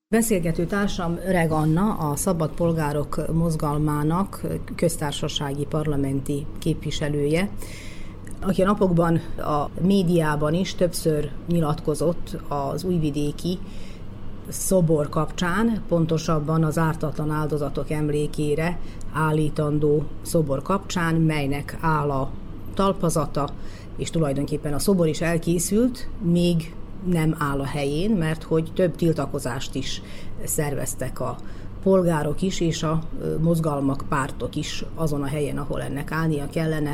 Beszélgető társam Öreg Anna, a Szabad Polgárok Mozgalmának köztársasági parlamenti képviselője, aki a napokban a médiában is többször nyilatkozott az újvidéki szobor kapcsán, pontosabban az ártatlan áldozatok emlékére állítandó szobor kapcsán, melynek áll a talpazata, és tulajdonképpen a szobor is elkészült, még nem áll a helyén, mert hogy több tiltakozást is szerveztek a polgárok is, és a mozgalmak, pártok is azon a helyen, ahol ennek állnia kellene.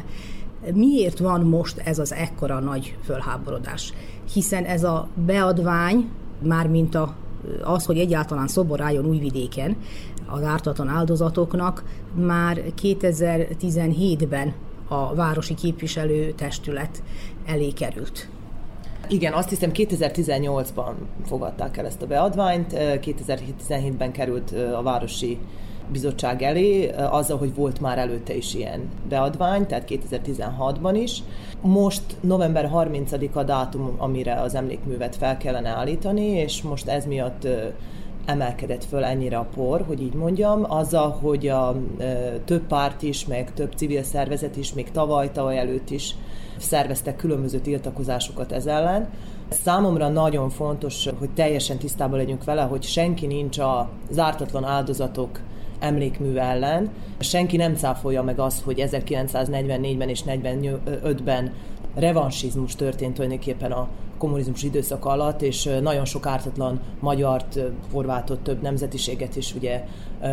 Miért van most ez az ekkora nagy fölháborodás? Hiszen ez a beadvány, mármint a, az, hogy egyáltalán szobor álljon Újvidéken az ártatlan áldozatoknak, már kétezer-tizenhétben a városi képviselőtestület elé került. Igen, azt hiszem kétezer-tizennyolcban fogadták el ezt a beadványt, kétezer-tizenhétben került a városi bizottság elé, azzal, hogy volt már előtte is ilyen beadvány, tehát kétezer-tizenhatban is. Most november harmincadika dátum, amire az emlékművet fel kellene állítani, és most ez miatt emelkedett föl ennyire a por, hogy így mondjam, azzal, hogy a több párt is, meg több civil szervezet is, még tavaly, tavaly előtt is szerveztek különböző tiltakozásokat ez ellen. Számomra nagyon fontos, hogy teljesen tisztában legyünk vele, hogy senki nincs az ártatlan áldozatok emlékmű ellen. Senki nem cáfolja meg azt, hogy ezerkilencszáznegyvennégyben és negyvenötben revansizmus történt tulajdonképpen a kommunizmus időszak alatt, és nagyon sok ártatlan magyart, horvátot, több nemzetiséget is ugye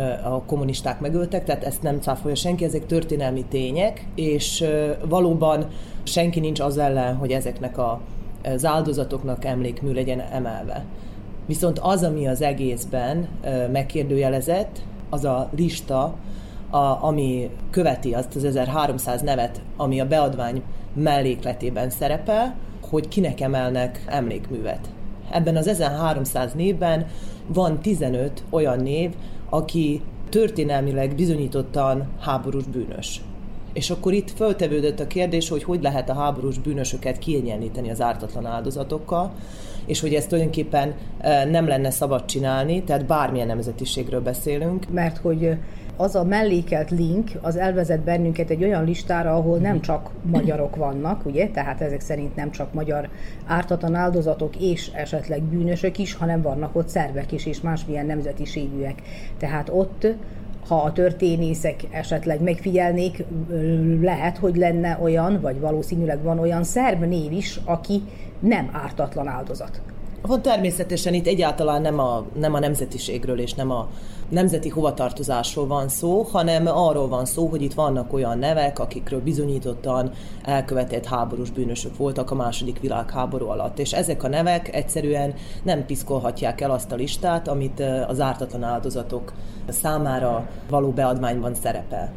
a kommunisták megöltek, tehát ezt nem cáfolja senki, ezek történelmi tények, és valóban senki nincs az ellen, hogy ezeknek a, az áldozatoknak emlékmű legyen emelve. Viszont az, ami az egészben megkérdőjelezett, az a lista, a, ami követi azt az ezerháromszáz nevet, ami a beadvány mellékletében szerepel, hogy kinek emelnek emlékművet. Ebben az ezerháromszáz névben van tizenöt olyan név, aki történelmileg bizonyítottan háborús bűnös. És akkor itt föltevődött a kérdés, hogy hogy lehet a háborús bűnösöket kiegyenlíteni az ártatlan áldozatokkal, és hogy ezt tulajdonképpen nem lenne szabad csinálni, tehát bármilyen nemzetiségről beszélünk. Mert hogy az a mellékelt link, az elvezet bennünket egy olyan listára, ahol nem csak magyarok vannak, ugye, tehát ezek szerint nem csak magyar ártatlan áldozatok és esetleg bűnösök is, hanem vannak ott szerbek is, és másmilyen nemzetiségűek. Tehát ott, ha a történészek esetleg megfigyelnék, lehet, hogy lenne olyan, vagy valószínűleg van olyan szerb név is, aki nem ártatlan áldozat. Van természetesen itt egyáltalán nem a, nem a nemzetiségről és nem a nemzeti hovatartozásról van szó, hanem arról van szó, hogy itt vannak olyan nevek, akikről bizonyítottan elkövetett háborús bűnösök voltak a második világháború alatt. És ezek a nevek egyszerűen nem piszkolhatják el azt a listát, amit az ártatlan áldozatok számára való beadványban szerepel.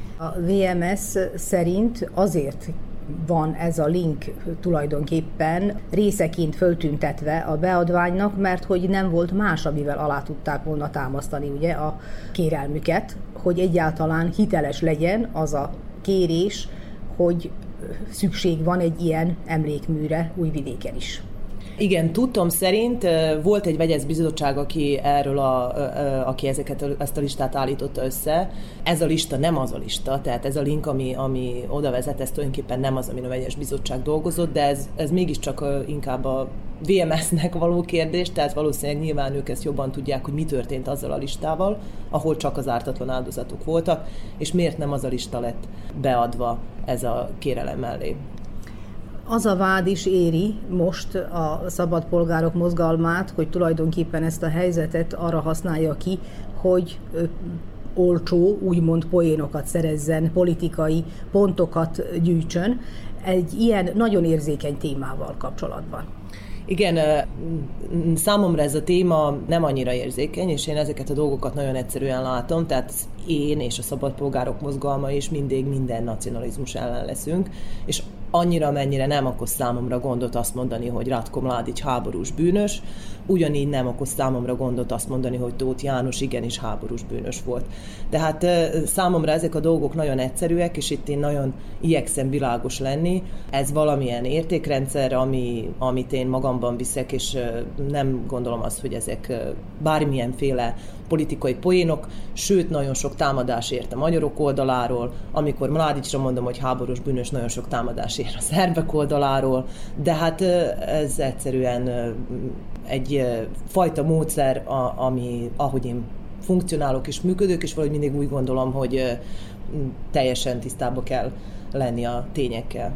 A vé em es szerint azért van ez a link tulajdonképpen részeként föltüntetve a beadványnak, mert hogy nem volt más, amivel alá tudták volna támasztani ugye a kérelmüket, hogy egyáltalán hiteles legyen az a kérés, hogy szükség van egy ilyen emlékműre Újvidéken is. Igen, tudtom szerint volt egy vegyes bizottság, aki erről a, aki ezeket, ezt a listát állította össze. Ez a lista nem az a lista, tehát ez a link, ami, ami oda vezet, ez tulajdonképpen nem az, amin a vegyes bizottság dolgozott, de ez, ez mégiscsak inkább a vé em es-nek való kérdés, tehát valószínűleg nyilván ők ezt jobban tudják, hogy mi történt azzal a listával, ahol csak az ártatlan áldozatok voltak, és miért nem az a lista lett beadva ez a kérelem mellé. Az a vád is éri most a Szabad Polgárok Mozgalmát, hogy tulajdonképpen ezt a helyzetet arra használja ki, hogy olcsó, úgymond poénokat szerezzen, politikai pontokat gyűjtsön egy ilyen nagyon érzékeny témával kapcsolatban. Igen, számomra ez a téma nem annyira érzékeny, és én ezeket a dolgokat nagyon egyszerűen látom, tehát én és a Szabad Polgárok Mozgalma is mindig minden nacionalizmus ellen leszünk, és annyira, mennyire nem okoz számomra gondot azt mondani, hogy Ratko Mladić háborús bűnös, ugyanígy nem okoz számomra gondot azt mondani, hogy Tóth János igenis háborús bűnös volt. Tehát számomra ezek a dolgok nagyon egyszerűek, és itt én nagyon igyekszem világos lenni. Ez valamilyen értékrendszer, ami, amit én magamban viszek, és nem gondolom azt, hogy ezek bármilyenféle politikai poénok, sőt, nagyon sok támadás ért a magyarok oldaláról, amikor Mladićra mondom, hogy háborús bűnös, nagyon sok támadás ér a szerbek oldaláról, de hát ez egyszerűen egy fajta módszer, ami, ahogy én funkcionálok és működök, és valahogy mindig úgy gondolom, hogy teljesen tisztába kell lenni a tényekkel.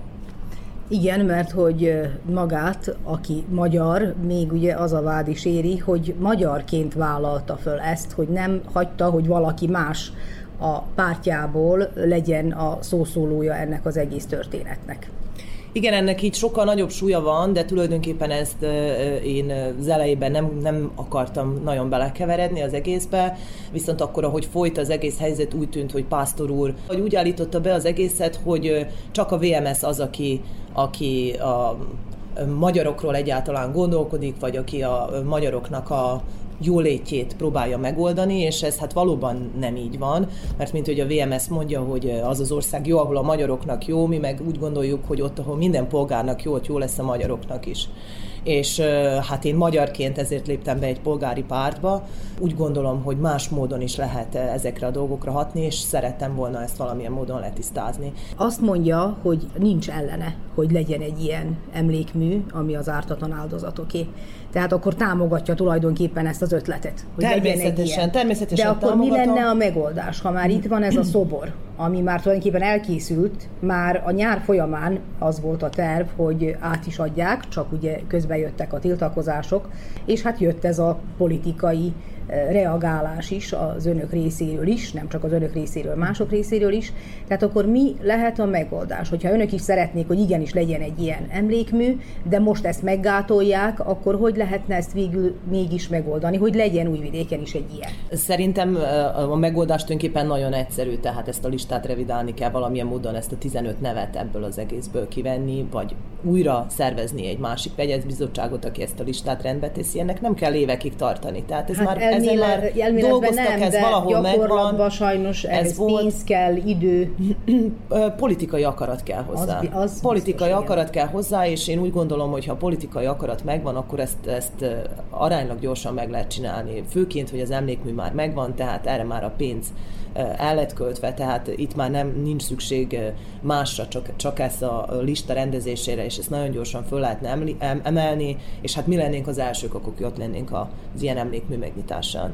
Igen, mert hogy magát, aki magyar, még ugye az a vád is éri, hogy magyarként vállalta föl ezt, hogy nem hagyta, hogy valaki más a pártjából legyen a szószólója ennek az egész történetnek. Igen, ennek így sokkal nagyobb súlya van, de tulajdonképpen ezt én az elejében nem, nem akartam nagyon belekeveredni az egészbe, viszont akkor, ahogy folyt az egész helyzet, úgy tűnt, hogy Pásztor úr hogy úgy állította be az egészet, hogy csak a vé em es az, aki, aki a magyarokról egyáltalán gondolkodik, vagy aki a magyaroknak a jólétjét próbálja megoldani, és ez hát valóban nem így van, mert mint hogy a vé em es mondja, hogy az az ország jó, ahol a magyaroknak jó, mi meg úgy gondoljuk, hogy ott, ahol minden polgárnak jó, ott jó lesz a magyaroknak is. És hát én magyarként ezért léptem be egy polgári pártba. Úgy gondolom, hogy más módon is lehet ezekre a dolgokra hatni, és szerettem volna ezt valamilyen módon letisztázni. Azt mondja, hogy nincs ellene, hogy legyen egy ilyen emlékmű, ami az ártatlan áldozatoké. Tehát akkor támogatja tulajdonképpen ezt az ötletet. Hogy természetesen, természetesen De akkor támogatom. Mi lenne a megoldás, ha már itt van ez a szobor, ami már tulajdonképpen elkészült, már a nyár folyamán az volt a terv, hogy át is adják, csak ugye közben jöttek a tiltakozások, és hát jött ez a politikai reagálás is az önök részéről is, nem csak az önök részéről, mások részéről is. Tehát akkor mi lehet a megoldás? Hogyha önök is szeretnék, hogy igenis legyen egy ilyen emlékmű, de most ezt meggátolják, akkor hogy lehetne ezt végül mégis megoldani, hogy legyen Újvidéken is egy ilyen? Szerintem a megoldás tulajdonképpen nagyon egyszerű, tehát ezt a listát revidálni kell valamilyen módon, ezt a tizenöt nevet ebből az egészből kivenni, vagy újra szervezni egy másik vegyezbizottságot, aki ezt a listát rendbe teszi. Ennek nem kell évekig tartani. Tehát ez hát már ezen már dolgoztak, nem, ez valahol megvan. Sajnos ez, ez pénz kell, idő. Politikai akarat kell hozzá. Az, az politikai biztos, akarat igen. kell hozzá, és én úgy gondolom, hogy ha politikai akarat megvan, akkor ezt, ezt aránylag gyorsan meg lehet csinálni. Főként, hogy az emlékmű már megvan, tehát erre már a pénz el lett költve, tehát itt már nem nincs szükség másra, csak, csak ezt a lista rendezésére, és ezt nagyon gyorsan föl lehetne emelni, és hát mi lennénk az elsők, akik ott lennénk az ilyen emlékmű megnyitásán.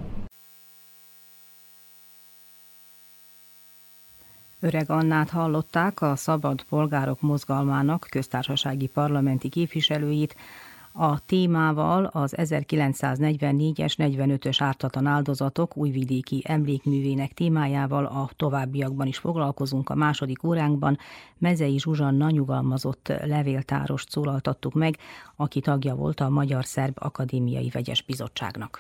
Öreg Annát hallották, a Szabad Polgárok Mozgalmának köztársasági parlamenti képviselőit. A témával az ezerkilencszáznegyvennégyes negyvenötös ártatlan áldozatok újvidéki emlékművének témájával a továbbiakban is foglalkozunk a második óránkban. Mezei Zsuzsanna nyugalmazott levéltárost szólaltattuk meg, aki tagja volt a Magyar-Szerb Akadémiai Vegyes Bizottságnak.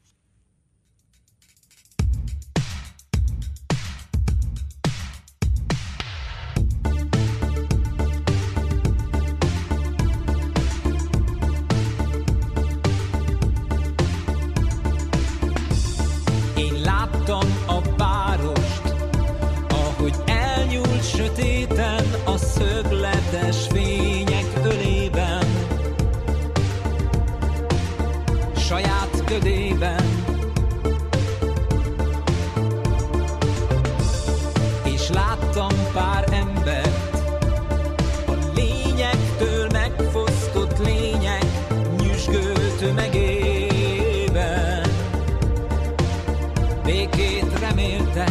Láttam a várost, ahogy elnyúlt sötéten a szögletes fények ölében, saját ködében, és láttam pár embert, a lényektől megfosztott lények nyüzsgő tömegében. Békét reméltek,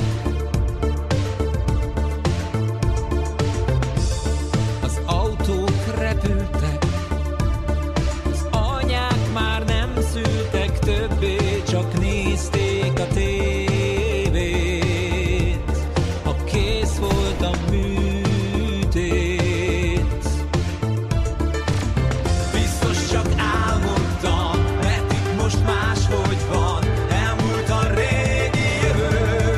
az autók repültek, az anyák már nem szültek többé, csak nézték a tévét, ha kész volt a műtét. Biztos csak álmodtam, mert itt most máshogy van.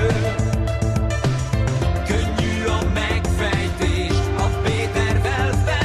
Könnyű a megfejtés, a Pétervel fel.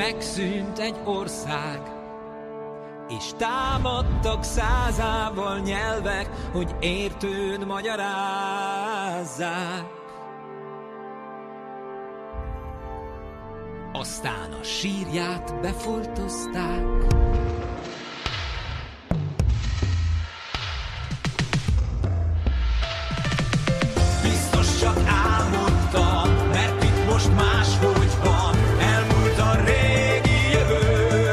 megszűnt egy ország, és támadtak százával nyelvek, hogy értőn magyarázzák. Aztán a sírját befoltozták. Biztos csak álmodtam, mert itt most máshogy van. Elmúlt a régi jövő.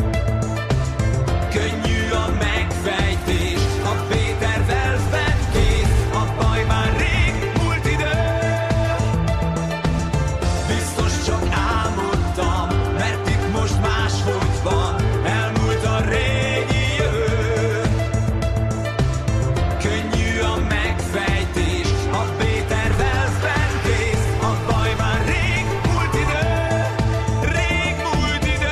Könnyű a megfejtés, a Péter Velszben kész. A baj már rég múlt idő. Biztos csak álmodtam, mert itt most máshogy van. Elmúlt a régi jövő. Könnyű a megfejtés, a Péter Velszben kész. A baj már rég múlt idő, rég múlt idő.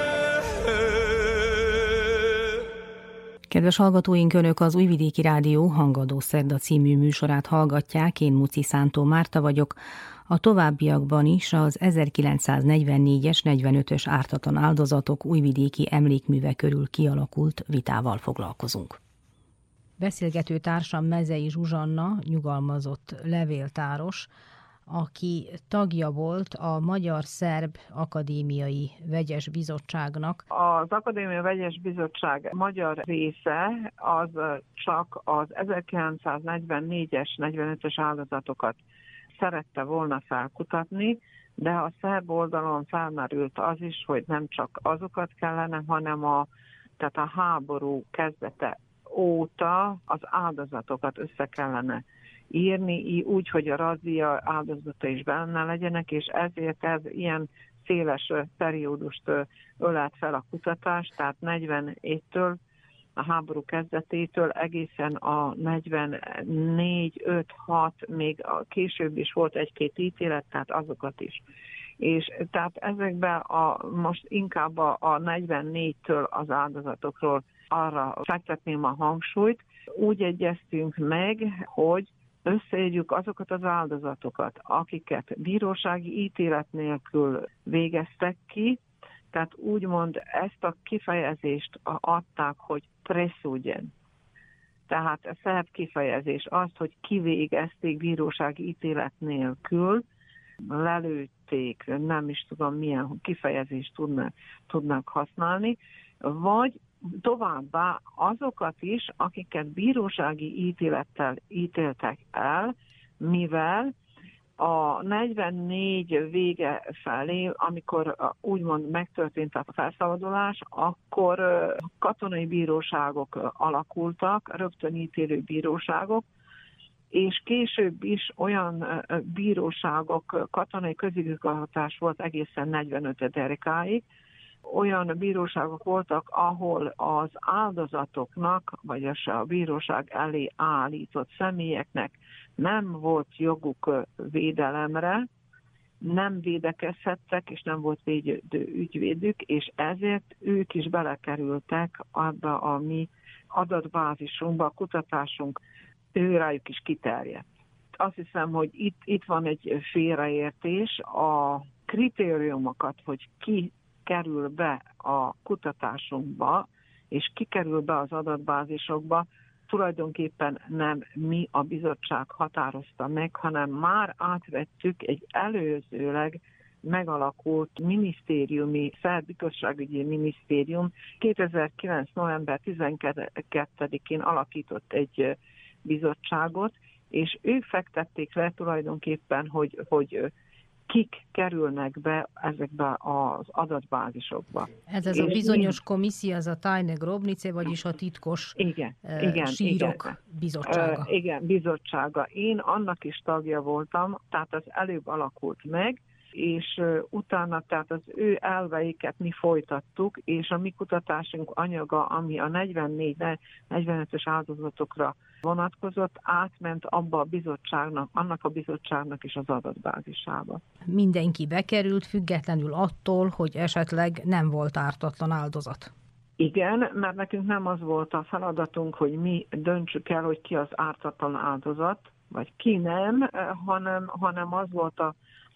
Kedves hallgatóink, Önök az Újvidéki Rádió Hangadó Szerda című műsorát hallgatják, én Muci Szántó Márta vagyok. A továbbiakban is az ezerkilencszáznegyvennégyes negyvenötös ártatlan áldozatok újvidéki emlékműve körül kialakult vitával foglalkozunk. Beszélgető társam Mezei Zsuzsanna, nyugalmazott levéltáros, aki tagja volt a Magyar-Szerb Akadémiai Vegyes Bizottságnak. Az Akadémiai Vegyes Bizottság magyar része az csak az ezerkilencszáznegyvennégyes negyvenötös áldozatokat szerette volna felkutatni, de a szerb oldalon felmerült az is, hogy nem csak azokat kellene, hanem a, tehát a háború kezdete óta az áldozatokat össze kellene írni, úgy, hogy a razzia áldozata is benne legyenek, és ezért ez ilyen széles periódust ölelt fel a kutatás, tehát negyvenégytől, a háború kezdetétől egészen a negyvennégy, öt, hat, még a később is volt egy-két ítélet, tehát azokat is. És tehát ezekben a, most inkább a, a negyvennégytől az áldozatokról arra fektetném a hangsúlyt. Úgy egyeztünk meg, hogy összeírjuk azokat az áldozatokat, akiket bírósági ítélet nélkül végeztek ki, tehát úgymond ezt a kifejezést adták, hogy presúgyen. Tehát a szerb kifejezés az, hogy kivégezték bírósági ítélet nélkül, lelőtték, nem is tudom milyen kifejezést tudnak, tudnak használni, vagy továbbá azokat is, akiket bírósági ítélettel ítéltek el, mivel a negyvennégy vége felé, amikor úgymond megtörtént a felszabadulás, akkor katonai bíróságok alakultak, rögtön ítélő bíróságok, és később is olyan bíróságok, katonai közigazgatás volt egészen negyvenötödikáig, olyan bíróságok voltak, ahol az áldozatoknak, vagy a bíróság elé állított személyeknek nem volt joguk védelemre, nem védekezhettek, és nem volt védő ügyvédük, és ezért ők is belekerültek abba a mi adatbázisunkba, a kutatásunk őrájuk is kiterjedt. Azt hiszem, hogy itt, itt van egy félreértés, a kritériumokat, hogy ki kerül be a kutatásunkba, és kikerül be az adatbázisokba, tulajdonképpen nem mi a bizottság határozta meg, hanem már átvettük egy előzőleg megalakult minisztériumi, szerb igazságügyi minisztérium kétezer-kilenc. november tizenkettedikén alakított egy bizottságot, és ők fektették le tulajdonképpen, hogy, hogy kik kerülnek be ezekbe az adatbázisokba. Ez az a bizonyos komisszió, az a Tajne Grobnice, vagyis a titkos igen, uh, igen, sírok igen. bizottsága. Uh, igen, bizottsága. Én annak is tagja voltam, tehát az előbb alakult meg, és uh, utána tehát az ő elveiket mi folytattuk, és a mi kutatásunk anyaga, ami a negyvennégy negyvenötös áldozatokra vonatkozott, átment abba a bizottságnak, annak a bizottságnak is az adatbázisába. Mindenki bekerült, függetlenül attól, hogy esetleg nem volt ártatlan áldozat. Igen, mert nekünk nem az volt a feladatunk, hogy mi döntsük el, hogy ki az ártatlan áldozat, vagy ki nem, hanem, hanem az volt a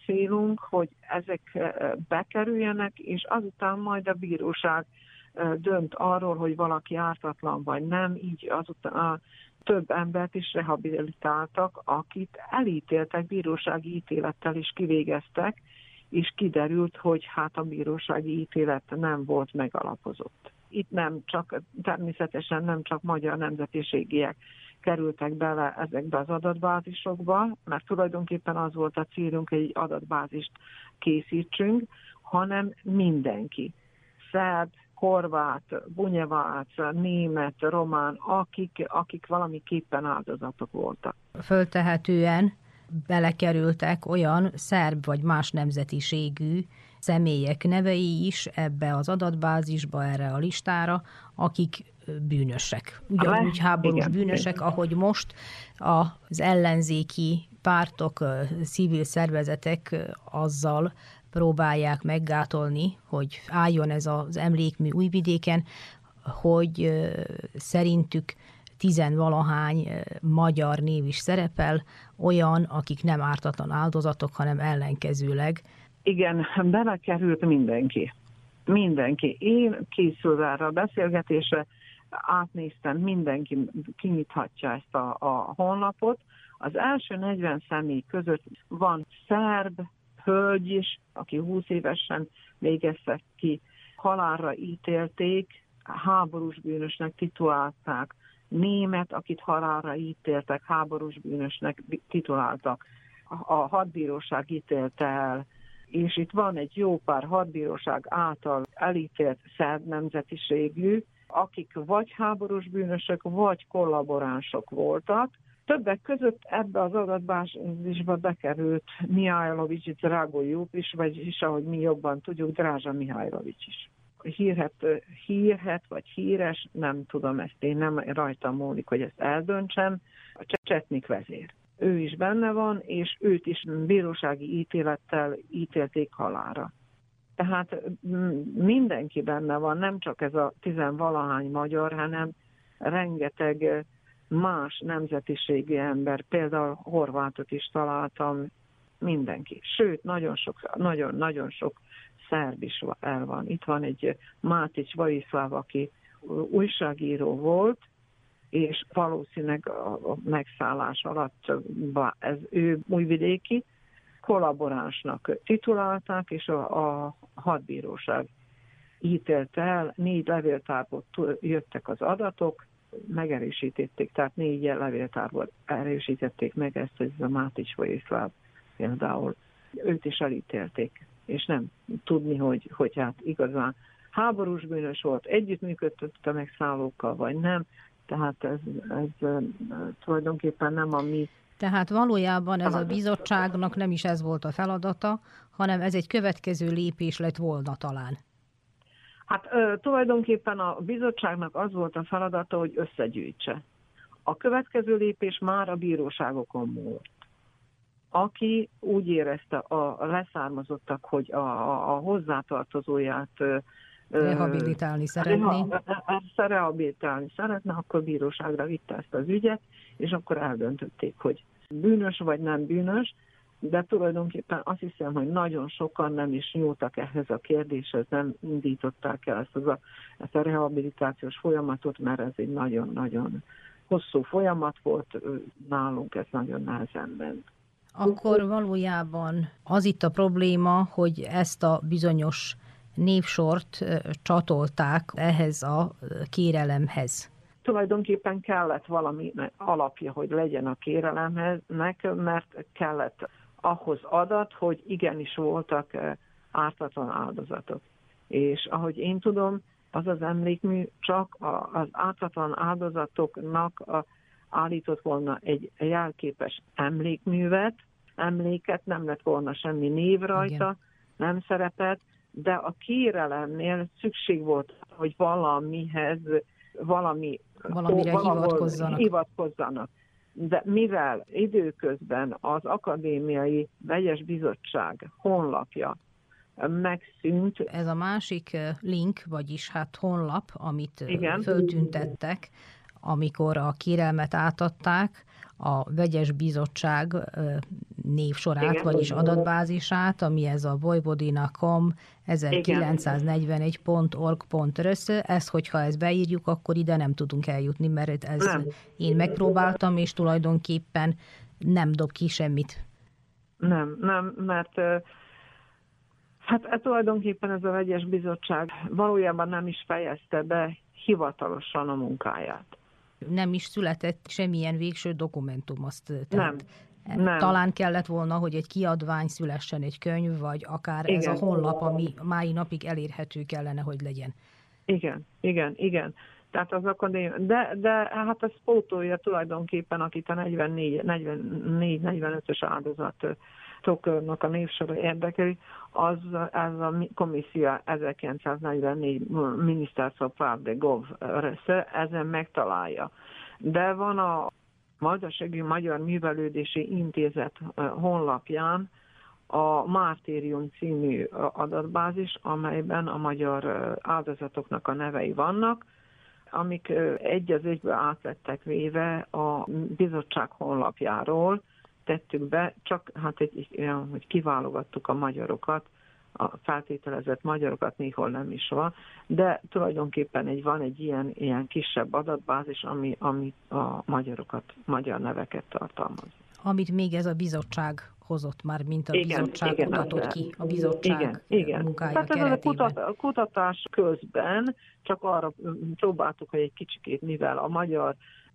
célunk, hogy ezek bekerüljenek, és azután majd a bíróság dönt arról, hogy valaki ártatlan vagy nem, így azután a több embert is rehabilitáltak, akit elítéltek, bírósági ítélettel is kivégeztek, és kiderült, hogy hát a bírósági ítélet nem volt megalapozott. Itt nem csak, természetesen nem csak magyar nemzetiségiek kerültek bele ezekbe az adatbázisokba, mert tulajdonképpen az volt a célunk, hogy egy adatbázist készítsünk, hanem mindenki. Szerb, horvát, bunyevác, német, román, akik, akik valamiképpen áldozatok voltak. Föltehetően belekerültek olyan szerb vagy más nemzetiségű személyek nevei is ebbe az adatbázisba, erre a listára, akik bűnösek. Ugyanúgy háborús igen, bűnösek, igen. Ahogy most az ellenzéki pártok, civil szervezetek azzal próbálják meggátolni, hogy álljon ez az emlékmű Újvidéken, hogy szerintük tizenvalahány magyar név is szerepel, olyan, akik nem ártatlan áldozatok, hanem ellenkezőleg. Igen, belekerült mindenki. Mindenki. Én készülve erre a beszélgetésre, átnéztem, mindenki kinyithatja ezt a, a honlapot. Az első negyven személy között van szerb, hölgy is, aki húsz évesen végeztek ki, halálra ítélték, háborús bűnösnek titulálták, német, akit halálra ítéltek, háborús bűnösnek tituláltak. A hadbíróság ítélte el, és itt van egy jó pár hadbíróság által elítélt szerb nemzetiségű, akik vagy háborús bűnösök, vagy kollaboránsok voltak. Többek között ebbe az adatbázisba bekerült Mihajlovics Dragoljub is, vagyis ahogy mi jobban tudjuk, Drázsa Mihajlovics is. Hírhet, hírhet vagy híres, nem tudom, ezt én nem rajtam múlik, hogy ezt eldöntsem, a Csetnik vezér. Ő is benne van, és őt is bírósági ítélettel ítélték halálra. Tehát mindenki benne van, nem csak ez a tizenvalahány magyar, hanem rengeteg más nemzetiségű ember, például horvátot is találtam, mindenki. Sőt, nagyon sok, nagyon, nagyon sok szerb is el van. Itt van egy Mátics Vojislav, aki újságíró volt, és valószínűleg a megszállás alatt ez ő újvidéki, kollaboránsnak titulálták, és a, a hadbíróság ítélte el, négy levéltárból jöttek az adatok, megerősítették, tehát négy levéltárból erősítették meg ezt, hogy ez a Mátics Vojislav például. Őt is elítélték, és nem tudni, hogy, hogy hát igazán háborús bűnös volt, együttműködött a megszállókkal, vagy nem, tehát ez, ez tulajdonképpen nem a mi. Tehát valójában ez a bizottságnak nem is ez volt a feladata, hanem ez egy következő lépés lett volna talán. Hát ö, tulajdonképpen a bizottságnak az volt a feladata, hogy összegyűjtse. A következő lépés már a bíróságokon múlt. Aki úgy érezte a leszármazottak, hogy a, a, a hozzátartozóját ö, rehabilitálni szeretné. Reha, rehabilitálni szeretne, akkor bíróságra vitte ezt az ügyet, és akkor eldöntötték, hogy bűnös vagy nem bűnös, de tulajdonképpen azt hiszem, hogy nagyon sokan nem is nyúltak ehhez a kérdéshez, nem indították el ezt, az a, ezt a rehabilitációs folyamatot, mert ez egy nagyon-nagyon hosszú folyamat volt, nálunk ez nagyon nehezen ment. Akkor valójában az itt a probléma, hogy ezt a bizonyos névsort csatolták ehhez a kérelemhez. Tulajdonképpen kellett valami alapja, hogy legyen a kérelemnek, mert kellett ahhoz adat, hogy igenis voltak ártatlan áldozatok. És ahogy én tudom, az az emlékmű csak az ártatlan áldozatoknak állított volna egy jelképes emlékművet, emléket, nem lett volna semmi név rajta, igen, nem szerepelt, de a kérelemnél szükség volt, hogy valamihez, valami, valamire ó, hivatkozzanak. hivatkozzanak. De mivel időközben az Akadémiai Vegyes Bizottság honlapja megszűnt. Ez a másik link, vagyis hát honlap, amit igen, föltüntettek, amikor a kérelmet átadták, a vegyes bizottság névsorát, igen, vagyis adatbázisát, ami ez a vojvodina pont com ezerkilencszáznegyvenegy pont org pont r s. Ez, hogyha ezt beírjuk, akkor ide nem tudunk eljutni, mert ez nem. Én megpróbáltam, és tulajdonképpen nem dob ki semmit. Nem, nem, mert hát e, tulajdonképpen ez a vegyes bizottság valójában nem is fejezte be hivatalosan a munkáját. Nem is született semmilyen végső dokumentum, azt nem, nem. Talán kellett volna, hogy egy kiadvány szülessen, egy könyv, vagy akár igen. Ez a honlap, ami mai napig elérhető kellene, hogy legyen. Igen, igen, igen. Tehát az akadémia, de, de hát ez pótolja tulajdonképpen, akit a negyvennégy negyvenötös áldozatoknak a névsora érdekeli, az ez a komisszió ezerkilencszáznegyvennégy Ministerstvo gov er es, ezen megtalálja. De van a Vajdasági Magyar Művelődési Intézet honlapján a Mártérium című adatbázis, amelyben a magyar áldozatoknak a nevei vannak, amik egy az egybe át lettek véve a bizottság honlapjáról, tettük be, csak hát egy, olyan, hogy kiválogattuk a magyarokat, a feltételezett magyarokat néhol nem is van, de tulajdonképpen egy, van egy ilyen, ilyen kisebb adatbázis, ami, ami a magyarokat, magyar neveket tartalmaz. Amit még ez a bizottság hozott már, mint a igen, bizottság igen, kutatott igen, ki, a bizottság igen, igen. munkája Tehát keretében. Ez a kutatás közben csak arra próbáltuk, hogy egy kicsikét, mivel a magyar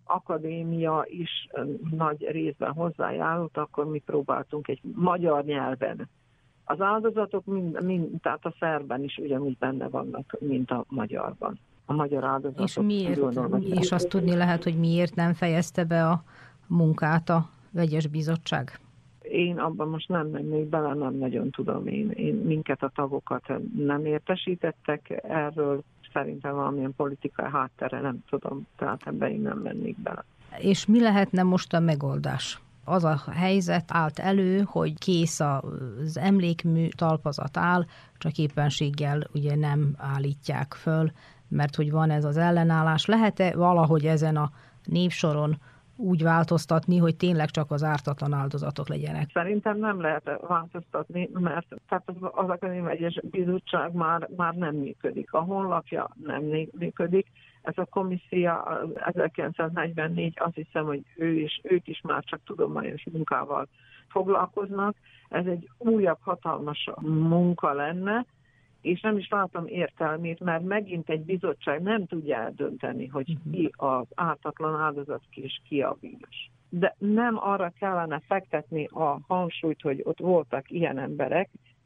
akadémia is nagy részben hozzájárult, akkor mi próbáltunk egy magyar nyelven. Az áldozatok, mind, mind, tehát a szerben is ugyanúgy benne vannak, mint a magyarban. A magyar áldozatok. És miért? És azt tudni lehet, hogy miért nem fejezte be a munkát a vegyes bizottság? Én abban most nem mennék bele, nem nagyon tudom. Én, én minket a tagokat nem értesítettek erről. Szerintem valamilyen politikai háttere, nem tudom, tehát ebben én nem mennék bele. És mi lehetne most a megoldás? Az a helyzet állt elő, hogy kész az emlékmű, talpazat áll, csak éppenséggel ugye nem állítják föl, mert hogy van ez az ellenállás. Lehet-e valahogy ezen a névsoron úgy változtatni, hogy tényleg csak az ártatlan áldozatok legyenek? Szerintem nem lehet változtatni, mert tehát az, az Akadémiai Vegyes Bizottság már, már nem működik. A honlapja nem működik. Ez a komisszió ezerkilencszáznegyvennégy, azt hiszem, hogy ő is, ők is már csak tudományos munkával foglalkoznak. Ez egy újabb hatalmas munka lenne, és nem is látom értelmét, mert megint egy bizottság nem tudja eldönteni, hogy ki az ártatlan áldozat, és ki a bűnös. De nem arra kellene fektetni a hangsúlyt, hogy ott voltak ilyen emberek.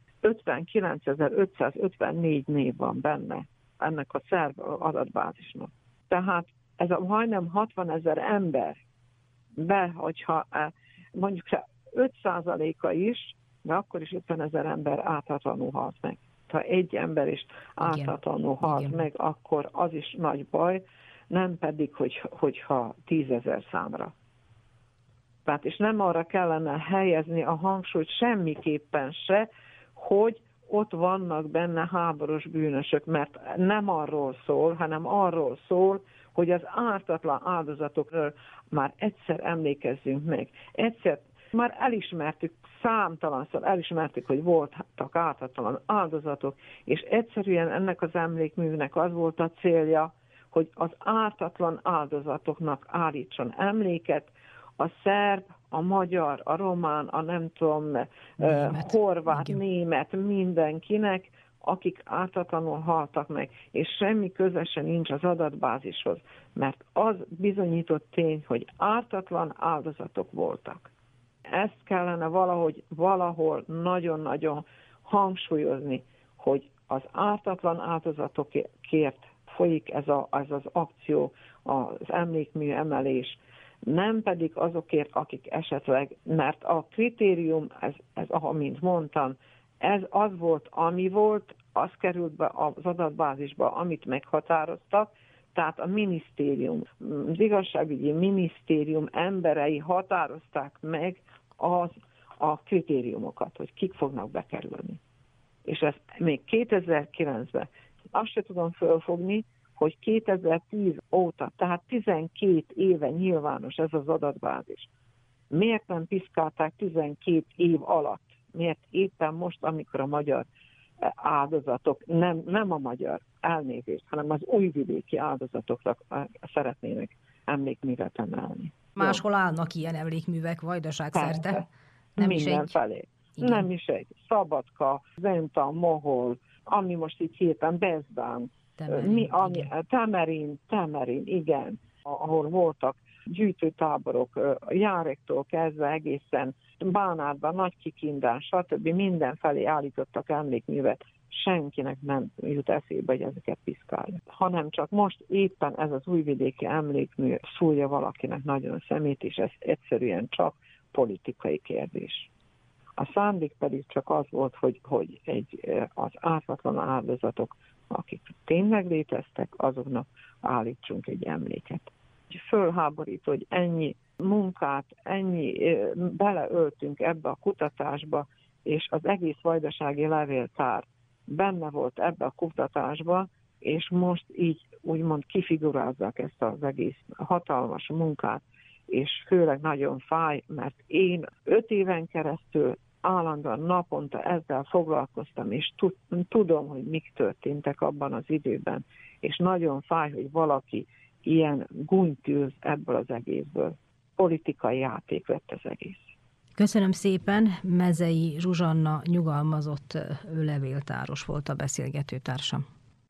ötvenkilencezer-ötszázötvennégy név van benne ennek a szerb adatbázisnak. Tehát ez a majdnem hatvanezer ember be, hogyha mondjuk öt százaléka is, de akkor is ötvenezer ember ártatlanul halt meg. Ha egy ember is ártatlanul halt Igen. meg, akkor az is nagy baj, nem pedig, hogy, hogyha tízezer számra. Tehát és nem arra kellene helyezni a hangsúlyt semmiképpen se, hogy ott vannak benne háborús bűnösök, mert nem arról szól, hanem arról szól, hogy az ártatlan áldozatokról már egyszer emlékezzünk meg. Egyszer már elismertük, számtalanszor elismertük, hogy voltak ártatlan áldozatok, és egyszerűen ennek az emlékműnek az volt a célja, hogy az ártatlan áldozatoknak állítson emléket, a szerb, a magyar, a román, a nem tudom, német, horvát, igen. német, mindenkinek, akik ártatlanul haltak meg, és semmi köze se nincs az adatbázishoz, mert az bizonyított tény, hogy ártatlan áldozatok voltak. Ezt kellene valahogy, valahol nagyon-nagyon hangsúlyozni, hogy az ártatlan áldozatokért folyik ez, a, ez az akció, az emlékmű emelés, nem pedig azokért, akik esetleg, mert a kritérium, ez, ez mint mondtam, ez az volt, ami volt, az került be az adatbázisba, amit meghatároztak, tehát a minisztérium, az igazságügyi minisztérium emberei határozták meg az, a kritériumokat, hogy kik fognak bekerülni. És ezt még kétezer-kilencben azt se tudom fölfogni, hogy kétezer-tíz óta, tehát tizenkét éve nyilvános ez az adatbázis. Miért nem piszkálták tizenkét év alatt? Miért éppen most, amikor a magyar áldozatok, nem, nem a magyar elnézést, hanem az újvidéki áldozatoknak szeretnének emlékművet emelni. Máshol állnak ilyen emlékművek Vajdaság szerte? Nem mindenfelé. Nem is egy. Szabadka, Zenta, Mohol, ami most így héten Bezdán, Temerin, mi, ami, Temerin, Temerin, igen, ahol voltak gyűjtőtáborok, Járektól kezdve egészen Bánátban, Nagykikindán, stb. Mindenfelé állítottak emlékművet. Senkinek nem jut eszébe, hogy ezeket piszkálja. Hanem csak most éppen ez az újvidéki emlékmű szúrja valakinek nagyon szemét, és ez egyszerűen csak politikai kérdés. A szándék pedig csak az volt, hogy, hogy egy, az ártatlan áldozatok, akik tényleg léteztek, azoknak állítsunk egy emléket. Fölháborító, hogy ennyi munkát, ennyi beleöltünk ebbe a kutatásba, és az egész vajdasági levéltár benne volt ebbe a kutatásba, és most így úgymond kifigurázzák ezt az egész hatalmas munkát, és főleg nagyon fáj, mert én öt éven keresztül állandóan naponta ezzel foglalkoztam, és tudom, hogy mik történtek abban az időben, és nagyon fáj, hogy valaki ilyen gúnyt űz ebből az egészből. Politikai játék lett az egész. Köszönöm szépen, Mezei Zsuzsanna nyugalmazott levéltáros volt a beszélgetőtársam.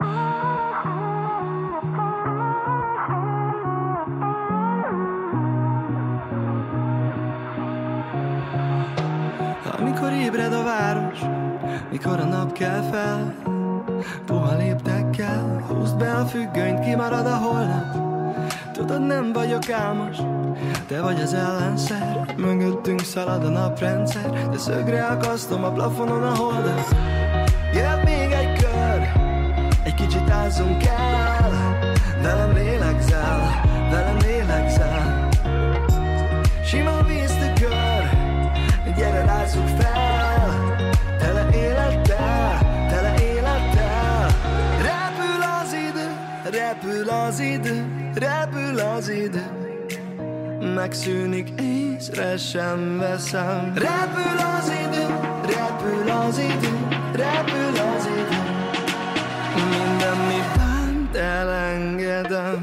Amikor ébred a város, mikor a nap kell fel, puha léptekkel húzd be a függönyt, kimarad a holnap. Tudod, nem vagyok álmos, te vagy az ellenszer. Mögöttünk szalad a naprendszer, de szögre akasztom a plafonon a holdat. Jöhet még egy kör, egy kicsit ázzunk el. Velem lélegzel, velem lélegzel. Sima víztükör, gyere rázzuk fel. Tele élettel, tele élettel. Repül az idő, repül az idő, repül az idő, megszűnik, észre sem veszem. Repül az idő, repül az idő, repül az idő, minden mi bánt elengedem.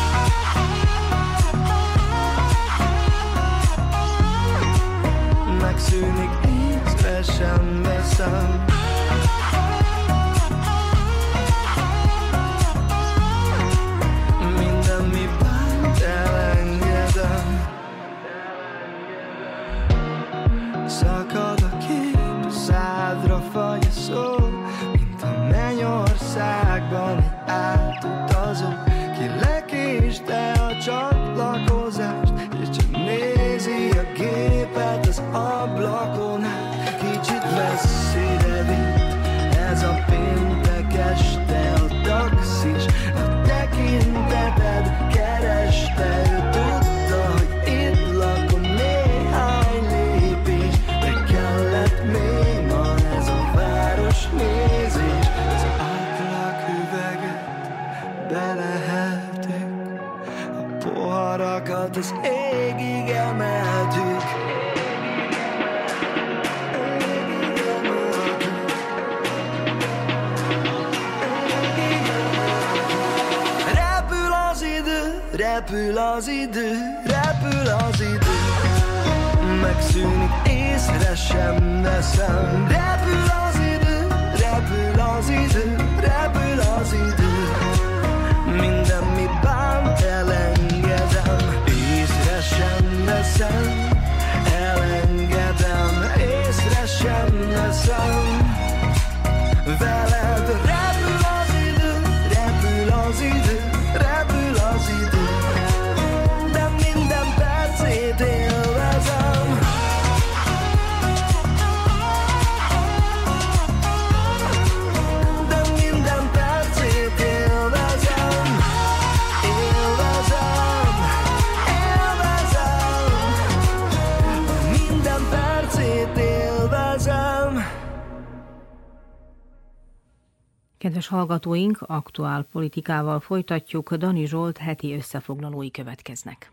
Megszűnik, észre sem veszem. Szakad a kép, szádra fagy a szó, mint a mennyországban egy átutazó, ki lekéste a csatlakozást, és csak nézi a gépet az ablakon át. Kicsit messzire vitt ez a péntek este, a taxis, a tekinteted kereste, ő tudta, hogy itt lakom néhány lépés, de kellett még ma ez a város nézés. Ez átlag üveget beleheltük, a poharakat az égig emeltük. Repül az idő, repül az idő, megszűnik, észre sem veszem. Repül az idő, repül az idő, repül az idő, minden mi bánt elengedem. Észre sem veszem, elengedem, észre sem veszem. Veled repül az idő, repül az idő, repül az idő, de minden percét élvezem. De minden percét Kedves hallgatóink, aktuál politikával folytatjuk, Dani Zsolt heti összefoglalói következnek.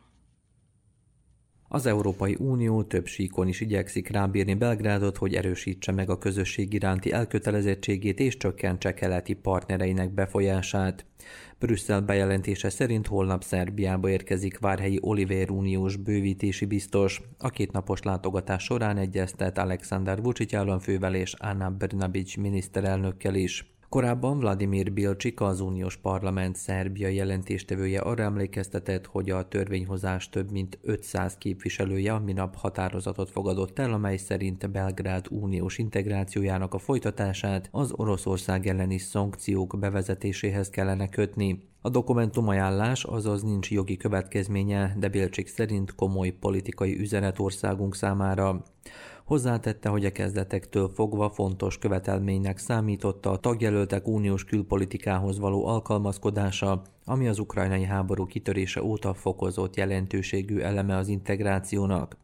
Az Európai Unió több síkon is igyekszik rábírni Belgrádot, hogy erősítse meg a közösség iránti elkötelezettségét és csökkentse keleti partnereinek befolyását. Brüsszel bejelentése szerint holnap Szerbiába érkezik Várhelyi Olivér uniós bővítési biztos. A kétnapos látogatás során egyeztet Aleksandar Vučić államfővel és Ana Brnabić miniszterelnökkel is. Korábban Vladimir Bilcsik, az uniós parlament Szerbia jelentéstevője arra emlékeztetett, hogy a törvényhozás több mint ötszáz képviselője a minap határozatot fogadott el, amely szerint Belgrád uniós integrációjának a folytatását az Oroszország elleni szankciók bevezetéséhez kellene kötni. A dokumentum ajánlás, azaz nincs jogi következménye, de Bilcsik szerint komoly politikai üzenet országunk számára. Hozzátette, hogy a kezdetektől fogva fontos követelménynek számította a tagjelöltek uniós külpolitikához való alkalmazkodása, ami az ukrajnai háború kitörése óta fokozott jelentőségű eleme az integrációnak.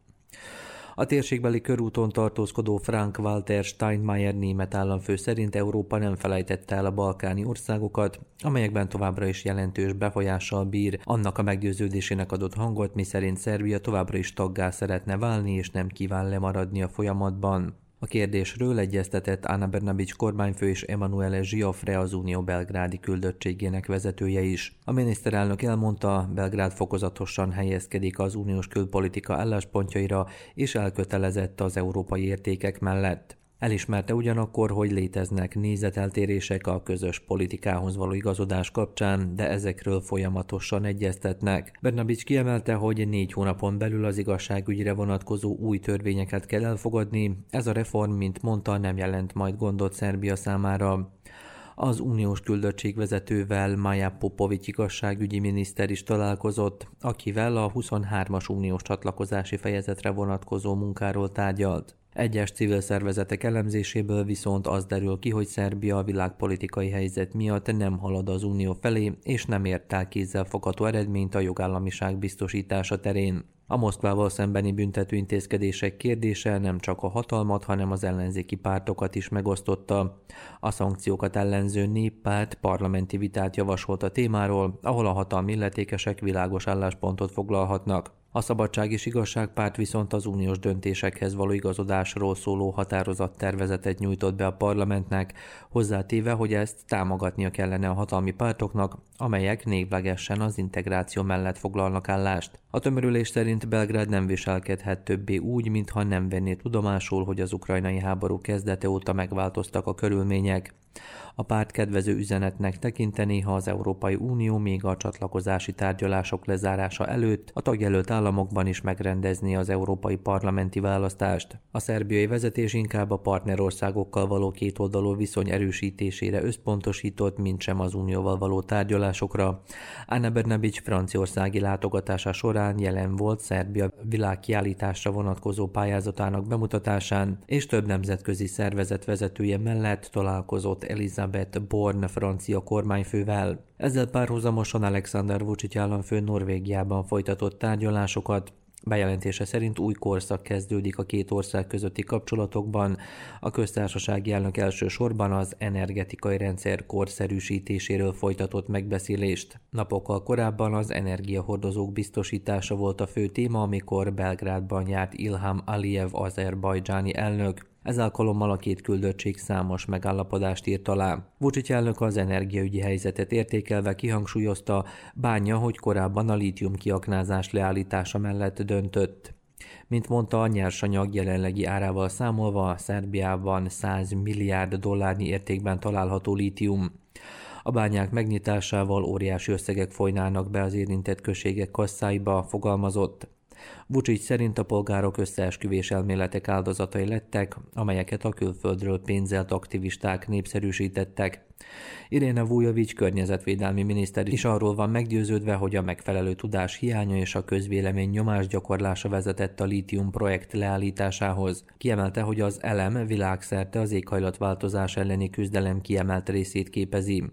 A térségbeli körúton tartózkodó Frank-Walter Steinmeier német államfő szerint Európa nem felejtette el a balkáni országokat, amelyekben továbbra is jelentős befolyással bír. Annak a meggyőződésének adott hangot, miszerint Szerbia továbbra is taggá szeretne válni és nem kíván lemaradni a folyamatban. A kérdésről egyeztetett Ana Brnabić kormányfő és Emanuele Zsiofre, az unió belgrádi küldöttségének vezetője is. A miniszterelnök elmondta, Belgrád fokozatosan helyezkedik az uniós külpolitika álláspontjaira és elkötelezett az európai értékek mellett. Elismerte ugyanakkor, hogy léteznek nézeteltérések a közös politikához való igazodás kapcsán, de ezekről folyamatosan egyeztetnek. Brnabić kiemelte, hogy négy hónapon belül az igazságügyre vonatkozó új törvényeket kell elfogadni. Ez a reform, mint mondta, nem jelent majd gondot Szerbia számára. Az uniós küldöttség vezetővel Maja Popović igazságügyi miniszter is találkozott, akivel a huszonhármas uniós csatlakozási fejezetre vonatkozó munkáról tárgyalt. Egyes civil szervezetek elemzéséből viszont az derül ki, hogy Szerbia a világpolitikai helyzet miatt nem halad az unió felé, és nem ért el kézzelfogható eredményt a jogállamiság biztosítása terén. A Moszkvával szembeni büntető intézkedések kérdése nem csak a hatalmat, hanem az ellenzéki pártokat is megosztotta. A szankciókat ellenző Néppárt parlamenti vitát javasolt a témáról, ahol a hatalmi illetékesek világos álláspontot foglalhatnak. A Szabadság és Igazság Párt viszont az uniós döntésekhez való igazodásról szóló határozattervezetet nyújtott be a parlamentnek, hozzátéve, hogy ezt támogatnia kellene a hatalmi pártoknak, amelyek névlegesen az integráció mellett foglalnak állást. A tömörülés szerint Belgrád nem viselkedhet többé úgy, mintha nem venné tudomásul, hogy az ukrajnai háború kezdete óta megváltoztak a körülmények. A párt kedvező üzenetnek tekinteni, ha az Európai Unió még a csatlakozási tárgyalások lezárása előtt a tagjelölt államokban is megrendezné az európai parlamenti választást. A szerbiai vezetés inkább a partnerországokkal való kétoldalú viszony erősítésére összpontosított, mint sem az unióval való tárgyalásokra. Ana Brnabić franciaországi látogatása során jelen volt Szerbia világkiállításra vonatkozó pályázatának bemutatásán, és több nemzetközi szervezet vezetője mellett találkozott Elisabeth Borne francia kormányfővel. Ezzel párhuzamosan Aleksandar Vučić államfő Norvégiában folytatott tárgyalásokat. Bejelentése szerint új korszak kezdődik a két ország közötti kapcsolatokban. A köztársasági elnök elsősorban az energetikai rendszer korszerűsítéséről folytatott megbeszélést. Napokkal korábban az energiahordozók biztosítása volt a fő téma, amikor Belgrádban járt Ilham Aliyev azerbajdzsáni elnök. Ez alkalommal a két küldöttség számos megállapodást írt alá. Vučić elnök az energiaügyi helyzetet értékelve kihangsúlyozta, bánja, hogy korábban a lítium kiaknázás leállítása mellett döntött. Mint mondta, a nyersanyag jelenlegi árával számolva Szerbiában száz milliárd dollárnyi értékben található lítium. A bányák megnyitásával óriási összegek folynának be az érintett községek kasszáiba, fogalmazott. Vučić szerint a polgárok összeesküvés elméletek áldozatai lettek, amelyeket a külföldről pénzelt aktivisták népszerűsítettek. Irena Vujović környezetvédelmi miniszter is arról van meggyőződve, hogy a megfelelő tudás hiánya és a közvélemény nyomásgyakorlása vezetett a lítium projekt leállításához. Kiemelte, hogy az elem világszerte az éghajlatváltozás elleni küzdelem kiemelt részét képezi.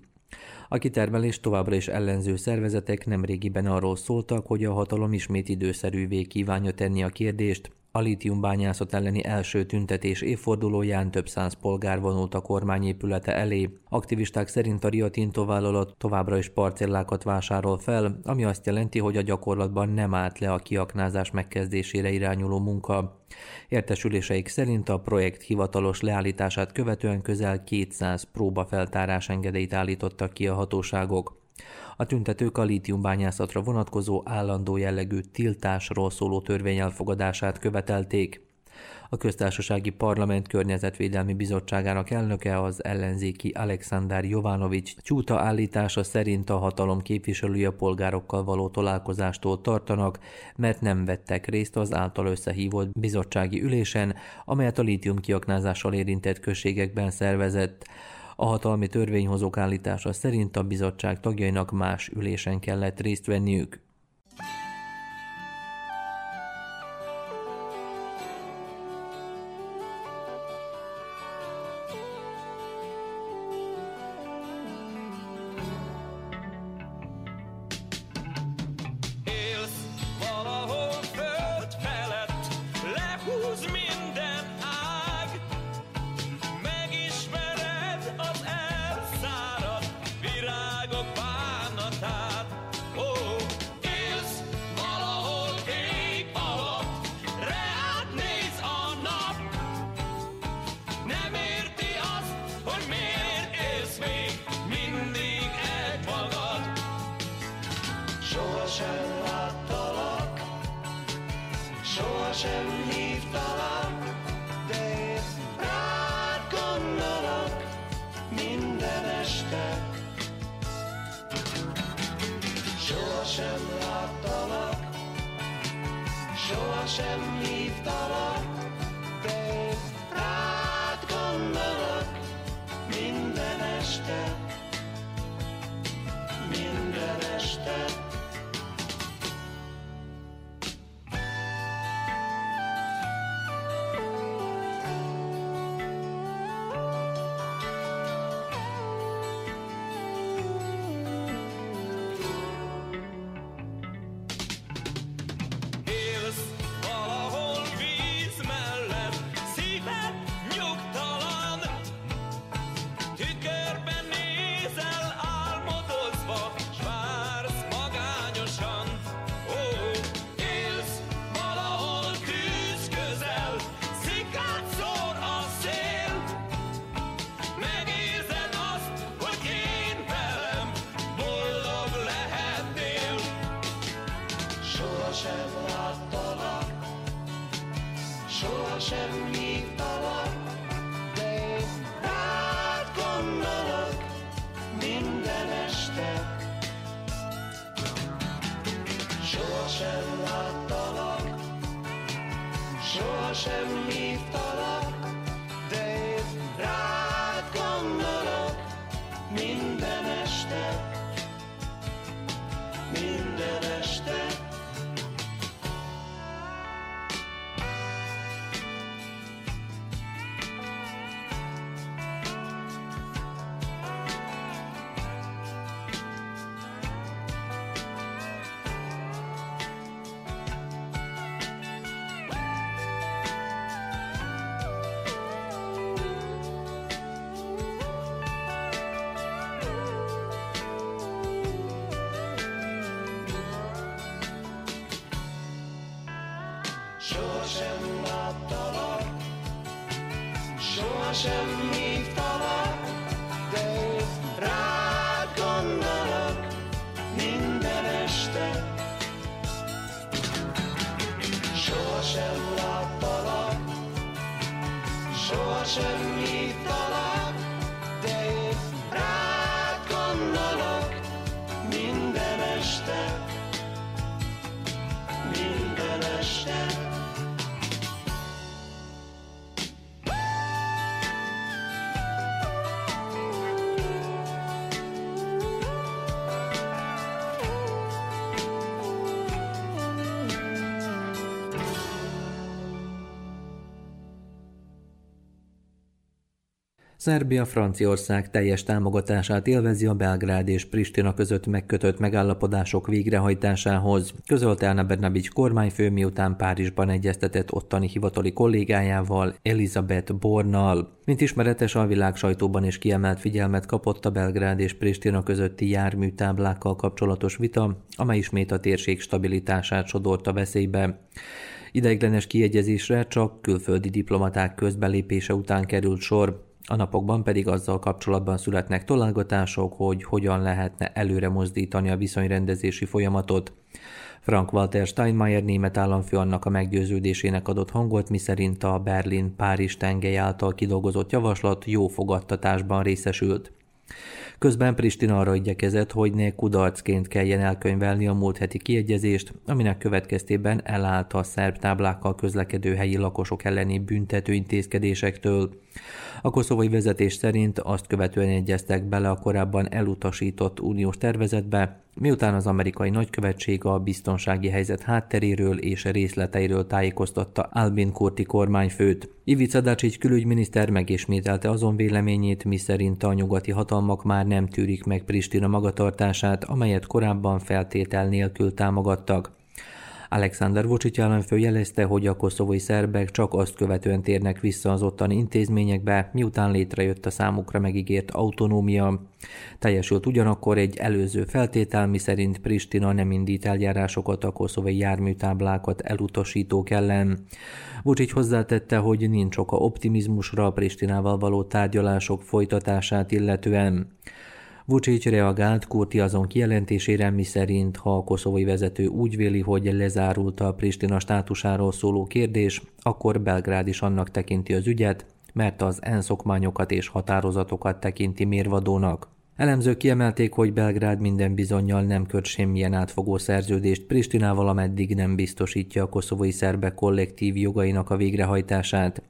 A kitermelés továbbra is ellenző szervezetek nemrégiben arról szóltak, hogy a hatalom ismét időszerűvé kívánja tenni a kérdést, A lítiumbányászat elleni első tüntetés évfordulóján több száz polgár vonult a kormányépülete elé. Aktivisták szerint a Rio Tinto vállalat továbbra is parcellákat vásárol fel, ami azt jelenti, hogy a gyakorlatban nem állt le a kiaknázás megkezdésére irányuló munka. Értesüléseik szerint a projekt hivatalos leállítását követően közel kétszáz próbafeltárás engedélyt állítottak ki a hatóságok. A tüntetők a lítiumbányászatra vonatkozó állandó jellegű tiltásról szóló törvény elfogadását követelték. A Köztársasági Parlament Környezetvédelmi Bizottságának elnöke, az ellenzéki Aleksandar Jovanovics Tyúta állítása szerint a hatalom képviselői a polgárokkal való találkozástól tartanak, mert nem vettek részt az által összehívott bizottsági ülésen, amelyet a lítium kiaknázással érintett községekben szervezett. A hatalmi törvényhozók állítása szerint a bizottság tagjainak más ülésen kellett részt venniük. Sohasem láttalak, sohasem hívtalak, de én rád gondolok minden este. Sohasem láttalak, sohasem hívtalak, de én rád gondolok minden este. Minden este. Szerbia Franciaország teljes támogatását élvezi a Belgrád és Pristina között megkötött megállapodások végrehajtásához, közölte Ana Brnabić kormányfő, miután Párizsban egyeztetett ottani hivatali kollégájával, Elizabeth Bornnal. Mint ismeretes, a világ sajtóban is kiemelt figyelmet kapott a Belgrád és Pristina közötti járműtáblákkal kapcsolatos vita, amely ismét a térség stabilitását sodorta veszélybe. Ideiglenes kiegyezésre csak külföldi diplomaták közbelépése után került sor, a napokban pedig azzal kapcsolatban születnek találgatások, hogy hogyan lehetne előre mozdítani a viszonyrendezési folyamatot. Frank-Walter Steinmeier német államfő annak a meggyőződésének adott hangot, miszerint a Berlin-Párizs tengely által kidolgozott javaslat jó fogadtatásban részesült. Közben Pristina arra igyekezett, hogy ne kudarcként kelljen elkönyvelni a múlt heti kiegyezést, aminek következtében elállt a szerb táblákkal közlekedő helyi lakosok elleni büntető intézkedésektől. A koszovói vezetés szerint azt követően egyeztek bele a korábban elutasított uniós tervezetbe, miután az amerikai nagykövetség a biztonsági helyzet hátteréről és részleteiről tájékoztatta Albin Kurti kormányfőt. Ivica Dačić külügyminiszter megismételte azon véleményét, miszerint a nyugati hatalmak már nem tűrik meg Pristina magatartását, amelyet korábban feltétel nélkül támogattak. Alexander Vučić államfő jelezte, hogy a koszovói szerbek csak azt követően térnek vissza az ottani intézményekbe, miután létrejött a számukra megígért autonómia. Teljesült ugyanakkor egy előző feltétel, miszerint Pristina nem indít eljárásokat a koszovói járműtáblákat elutasítók ellen. Vučić hozzátette, hogy nincs oka optimizmusra a Pristinával való tárgyalások folytatását illetően. Vučić reagált Kurti azon kijelentésére, miszerint ha a koszovói vezető úgy véli, hogy lezárult a Pristina státusáról szóló kérdés, akkor Belgrád is annak tekinti az ügyet, mert az ENSZ okmányokat és határozatokat tekinti mérvadónak. Elemzők kiemelték, hogy Belgrád minden bizonnyal nem köt semmilyen átfogó szerződést Pristinával, ameddig nem biztosítja a koszovói szerbek kollektív jogainak a végrehajtását.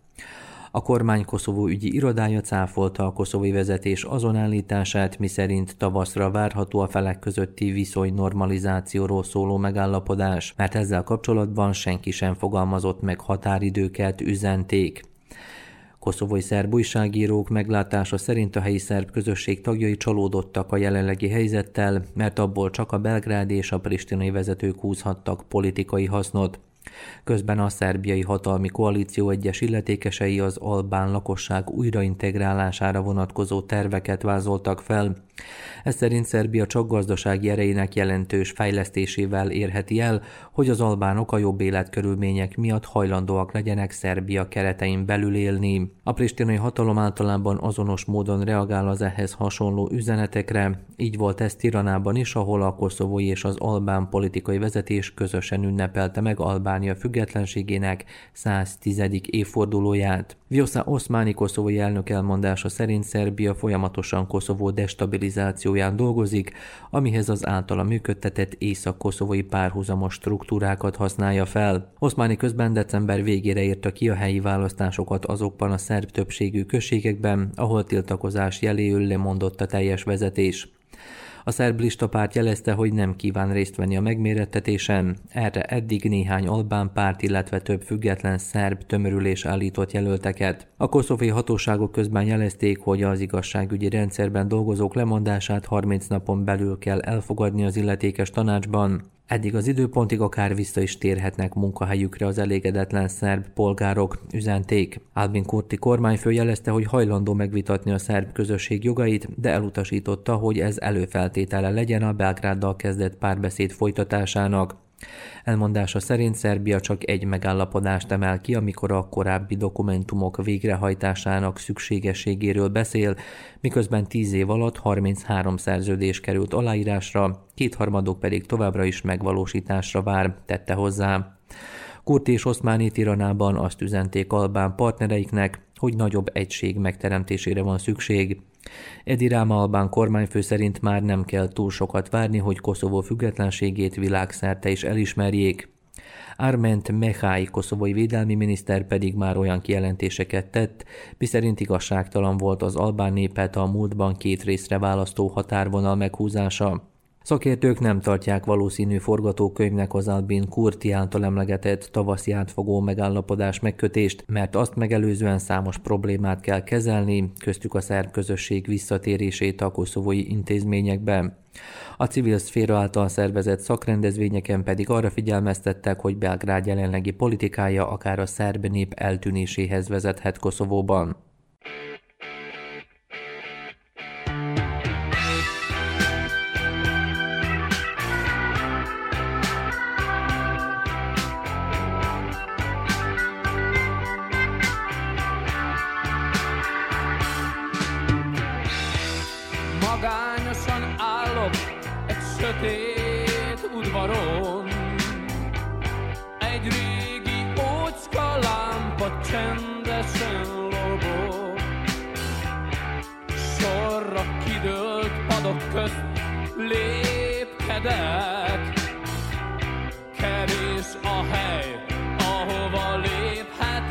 A kormány Koszovó ügyi irodája cáfolta a koszovói vezetés azon állítását, miszerint tavaszra várható a felek közötti viszony normalizációról szóló megállapodás, mert ezzel kapcsolatban senki sem fogalmazott meg határidőket, üzenték. Koszovói szerb újságírók meglátása szerint a helyi szerb közösség tagjai csalódottak a jelenlegi helyzettel, mert abból csak a belgrádi és a pristinai vezetők húzhattak politikai hasznot. Közben a szerbiai hatalmi koalíció egyes illetékesei az albán lakosság újraintegrálására vonatkozó terveket vázoltak fel. Ez szerint Szerbia csak gazdasági erejének jelentős fejlesztésével érheti el, hogy az albánok a jobb életkörülmények miatt hajlandóak legyenek Szerbia keretein belül élni. A pristinai hatalom általában azonos módon reagál az ehhez hasonló üzenetekre, így volt ez Tiranában is, ahol a koszovói és az albán politikai vezetés közösen ünnepelte meg Albánia függetlenségének száztizedik évfordulóját. Vjosa Osmani koszovói elnök elmondása szerint Szerbia folyamatosan Koszovó destabilizációján dolgozik, amihez az általa működtetett észak-koszovói párhuzamos struktúrákat használja fel. Osmani közben december végére írta ki a helyi választásokat azokban a szerb többségű községekben, ahol tiltakozás jeléül lemondott a teljes vezetés. A szerb listapárt jelezte, hogy nem kíván részt venni a megmérettetésen, erre eddig néhány albán párt, illetve több független szerb tömörülés állított jelölteket. A koszovói hatóságok közben jelezték, hogy az igazságügyi rendszerben dolgozók lemondását harminc napon belül kell elfogadni az illetékes tanácsban. Eddig az időpontig akár vissza is térhetnek munkahelyükre az elégedetlen szerb polgárok, üzenték. Albin Kurti kormányfő jelezte, hogy hajlandó megvitatni a szerb közösség jogait, de elutasította, hogy ez előfeltétele legyen a Belgráddal kezdett párbeszéd folytatásának. Elmondása szerint Szerbia csak egy megállapodást emel ki, amikor a korábbi dokumentumok végrehajtásának szükségességéről beszél, miközben tíz év alatt harminchárom szerződés került aláírásra, kétharmaduk pedig továbbra is megvalósításra vár, tette hozzá. Kurti és Osmani Tiranában azt üzenték albán partnereiknek, hogy nagyobb egység megteremtésére van szükség. Edi Rama albán kormányfő szerint már nem kell túl sokat várni, hogy Koszovó függetlenségét világszerte is elismerjék. Arment Mehai koszovói védelmi miniszter pedig már olyan kijelentéseket tett, miszerint igazságtalan volt az albán népet a múltban két részre választó határvonal meghúzása. Szakértők nem tartják valószínű forgatókönyvnek az Albin Kurti által emlegetett tavaszi átfogó megállapodás megkötést, mert azt megelőzően számos problémát kell kezelni, köztük a szerb közösség visszatérését a koszovói intézményekbe. A civil szféra által szervezett szakrendezvényeken pedig arra figyelmeztettek, hogy Belgrád jelenlegi politikája akár a szerb nép eltűnéséhez vezethet Koszovóban. Magányosan állok egy sötét udvaron, egy régi ócska lámpa csendesen lobog. Sorra kidőlt padok közt lépkedek, kevés a hely, ahova léphetek.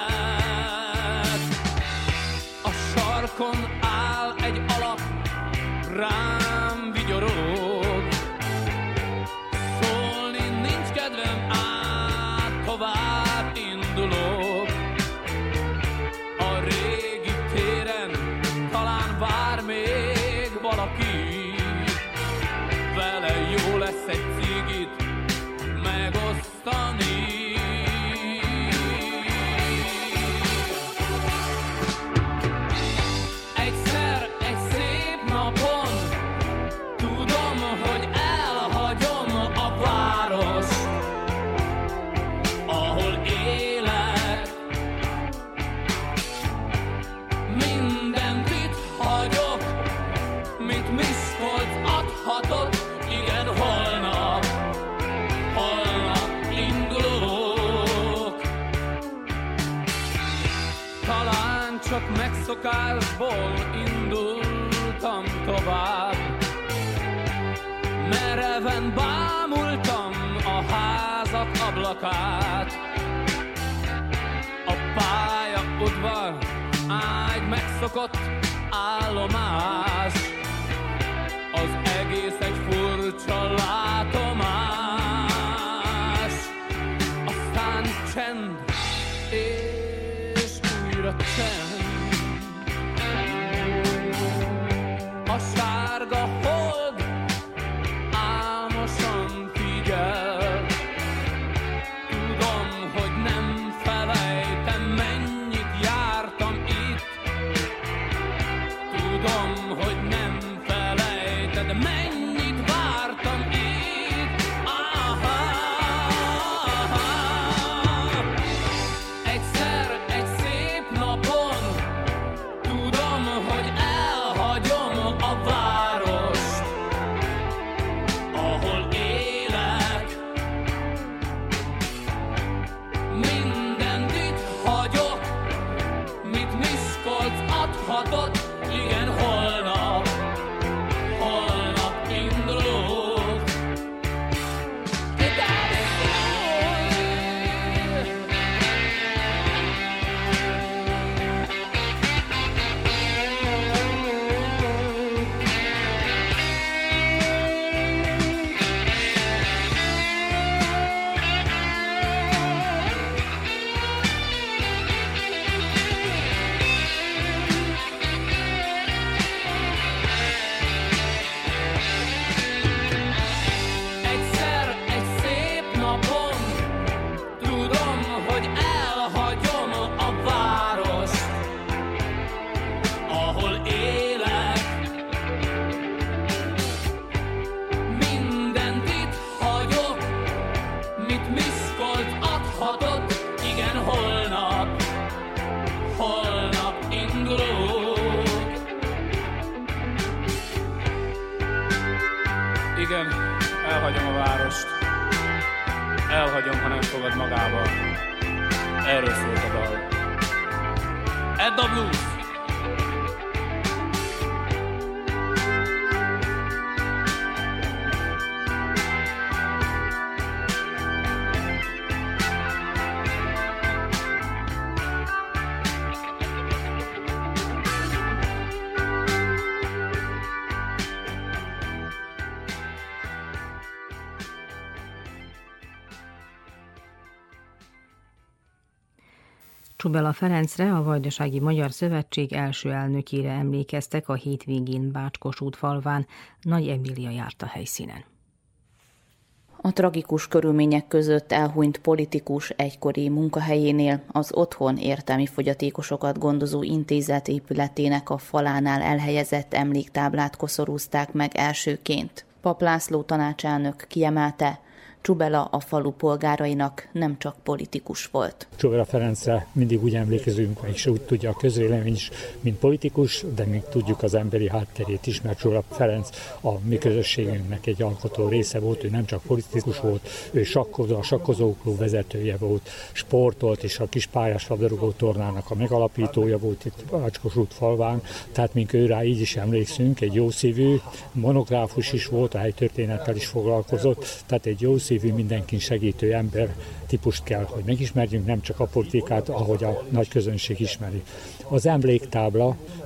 A sarkon áll egy alak, rám vigyorog, szólni nincs kedvem, át tovább indulok. A régi téren talán vár még valaki, vele jó lesz egy cigit megosztani. Csak megszokásból indultam tovább, mereven bámultam a házak ablakát. A pálya udvar ágy megszokott állomás, az egész egy furcsa látomás. Aztán csend és újra csend. A sárga hold álmosan figyel. Tudom, hogy nem felejtem, mennyit jártam itt. Tudom, hogy nem felejted, mennyit vártam itt. Aha, aha. Egyszer, egy szép napon tudom, hogy elhagyom a várost, ahol élek. Mindent itt hagyok, mit Miskolc adhatott. Igen, holnap, holnap indulok. Egyszer, egy szép napon tudom, hogy elhagyom a várost, ahol élek. Mindent itt hagyok, mit Miskolc adhatott. Igen, holnap, holnap indulok. Igen, elhagyom a várost. Elhagyom, ha nem fogad magába. Erről szólt a dal. Edda Blues! Csubela Ferencre, a Vajdasági Magyar Szövetség első elnökére emlékeztek a hétvégén Bács-Kossuth falván. Nagy Emília járt a helyszínen. A tragikus körülmények között elhunyt politikus egykori munkahelyénél az otthon értelmi fogyatékosokat gondozó intézet épületének a falánál elhelyezett emléktáblát koszorúzták meg elsőként. Pap László tanácselnök kiemelte, Csubela a falu polgárainak nem csak politikus volt. Csubela Ferencre mindig úgy emlékezünk, és úgy tudja a közvélemény is, mint politikus, de még tudjuk az emberi hátterét is, mert Csubela Ferenc a mi közösségünknek egy alkotó része volt, ő nem csak politikus volt, ő sakkozó, a sakkozóklub vezetője volt, sportolt, és a kis pályás labdarúgó tornának a megalapítója volt itt Bács-Kossuth falván, tehát mink ő rá így is emlékszünk, egy jószívű, monográfus is volt, a helytörténettel is foglalkozott, tehát egy jó szívű, mindenkin segítő ember típust kell, hogy megismerjünk, nem csak a politikát, ahogy a nagy közönség ismeri. Az emléktábla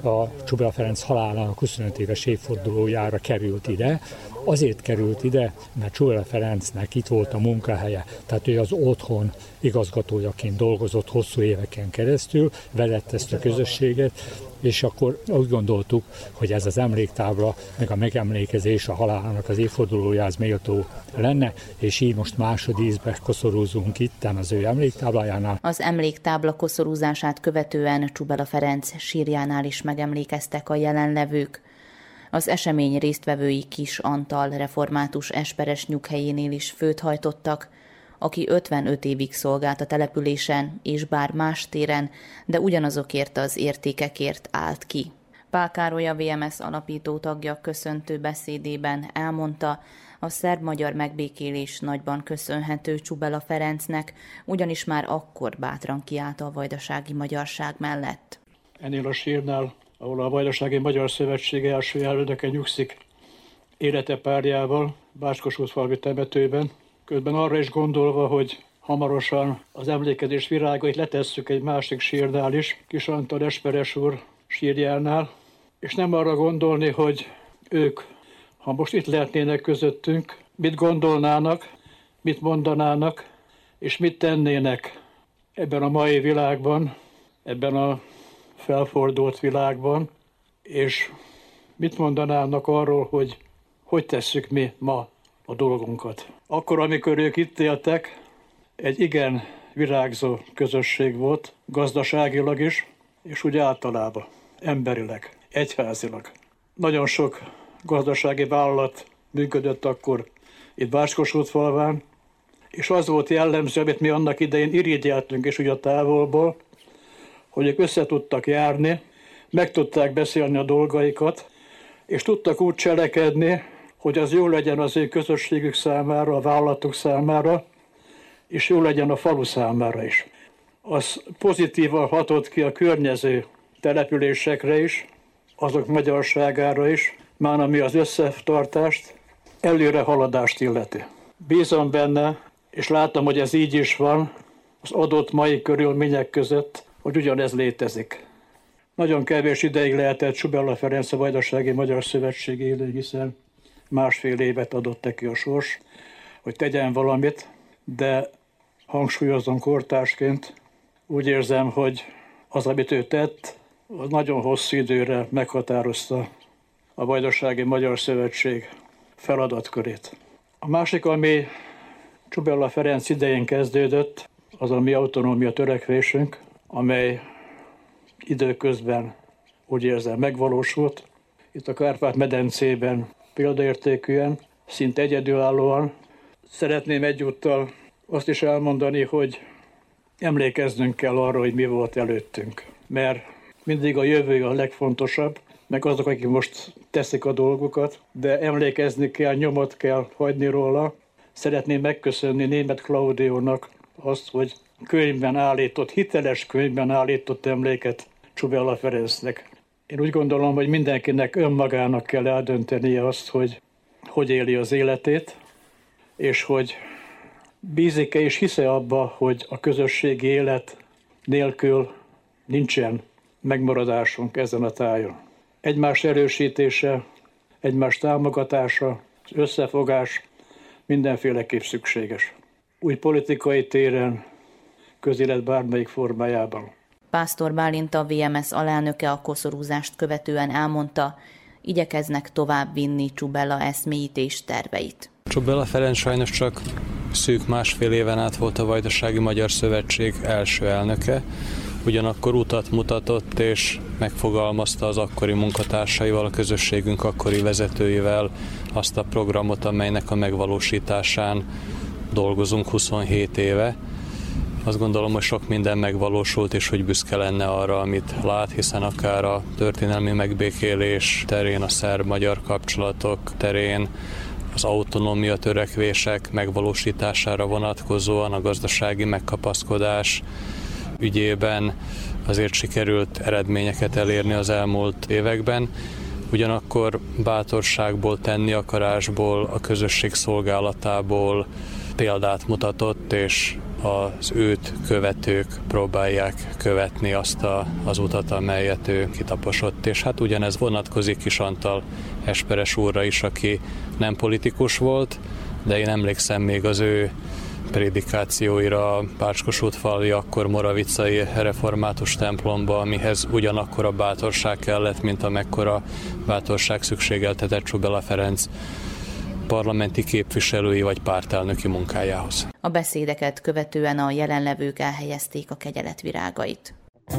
a Csubela Ferenc halálának huszonöt éves évfordulójára került ide. Azért került ide, mert Csubela Ferencnek itt volt a munkahelye, tehát ő az otthon igazgatójaként dolgozott hosszú éveken keresztül, vezette ezt a közösséget, és akkor úgy gondoltuk, hogy ez az emléktábla, meg a megemlékezés a halálának az évfordulójához méltó lenne, és így most másodízbe koszorúzunk itten az ő emléktáblájánál. Az emléktábla koszorúzását követően Csubela Ferenc sírjánál is megemlékeztek a jelenlevők. Az esemény résztvevői Kis Antal református esperes nyughelyénél is főt hajtottak, aki ötvenöt évig szolgált a településen, és bár más téren, de ugyanazokért az értékekért állt ki. Pál Károly, a vé em es alapító tagja köszöntő beszédében elmondta, a szerb-magyar megbékélés nagyban köszönhető Csubela Ferencnek, ugyanis már akkor bátran kiállt a vajdasági magyarság mellett. Ennél a sírnál, ahol a Vajdasági Magyar Szövetség első elnöke nyugszik élete párjával, Bács-Kossuth-falvi temetőben, közben arra is gondolva, hogy hamarosan az emlékezés virágait letesszük egy másik sírnál is, Kis Antal esperes úr sírjánál, és nem arra gondolni, hogy ők, ha most itt lehetnének közöttünk, mit gondolnának, mit mondanának, és mit tennének ebben a mai világban, ebben a felfordult világban, és mit mondanának arról, hogy hogy tesszük mi ma a dolgunkat. Akkor, amikor ők itt éltek, egy igen virágzó közösség volt, gazdaságilag is, és úgy általában, emberileg, egyházilag. Nagyon sok gazdasági vállalat működött akkor itt Bács-Kossuth-falván, és az volt jellemző, amit mi annak idején irigyeltünk is ugye a távolból, hogy ők össze tudtak járni, meg tudták beszélni a dolgaikat, és tudtak úgy cselekedni, hogy az jó legyen az ő közösségük számára, a vállalatuk számára, és jó legyen a falu számára is. Az pozitívan hatott ki a környező településekre is, azok magyarságára is, már ami az összetartást, előre haladást illeti. Bízom benne, és látom, hogy ez így is van, az adott mai körülmények között, hogy ugyanez létezik. Nagyon kevés ideig lehetett Csubela Ferenc a Vajdasági Magyar Szövetség élő, hiszen másfél évet adott neki a sors, hogy tegyen valamit, de hangsúlyozom kortársként, úgy érzem, hogy az, amit ő tett, az nagyon hosszú időre meghatározta a Vajdasági Magyar Szövetség feladatkörét. A másik, ami Csubela Ferenc idején kezdődött, az a mi autonómia törekvésünk, amely időközben úgy érzem megvalósult. Itt a Kárpát-medencében példaértékűen, szinte egyedülállóan. Szeretném egyúttal azt is elmondani, hogy emlékeznünk kell arra, hogy mi volt előttünk. Mert mindig a jövő a legfontosabb, meg azok, akik most teszik a dolgokat, de emlékezni kell, nyomot kell hagyni róla. Szeretném megköszönni Németh Klaudiónak azt, hogy könyvben állított, hiteles könyvben állított emléket Csubela Ferencnek. Én úgy gondolom, hogy mindenkinek önmagának kell eldöntenie azt, hogy hogy éli az életét, és hogy bízik-e és hisz-e abba, hogy a közösségi élet nélkül nincsen megmaradásunk ezen a tájon. Egymás erősítése, egymás támogatása, az összefogás mindenféleképp szükséges. Úgy politikai téren, közélet bármelyik formájában. Pásztor Bálint, a vé em es alelnöke a koszorúzást követően elmondta, igyekeznek tovább vinni Csubella eszméit és terveit. Csubella Ferenc sajnos csak szűk másfél éven át volt a Vajdasági Magyar Szövetség első elnöke, ugyanakkor utat mutatott és megfogalmazta az akkori munkatársaival, a közösségünk akkori vezetőivel azt a programot, amelynek a megvalósításán dolgozunk huszonhét éve. Azt gondolom, hogy sok minden megvalósult, és hogy büszke lenne arra, amit lát, hiszen akár a történelmi megbékélés terén, a szerb-magyar kapcsolatok terén, az autonómia törekvések megvalósítására vonatkozóan, a gazdasági megkapaszkodás ügyében azért sikerült eredményeket elérni az elmúlt években. Ugyanakkor bátorságból, tenni akarásból, a közösség szolgálatából példát mutatott, és az őt követők próbálják követni azt a, az utat, amelyet ő kitaposott. És hát ugyanez vonatkozik Kis Antal Esperes úrra is, aki nem politikus volt, de én emlékszem még az ő prédikációira a Bácskosútfalvi, akkor moravicai református templomba, amihez ugyanakkor a bátorság kellett, mint amekkora bátorság szükségeltetett Csubella Ferenc parlamenti képviselői vagy pártelnöki munkájához. A beszédeket követően a jelenlevők elhelyezték a kegyeletvirágait.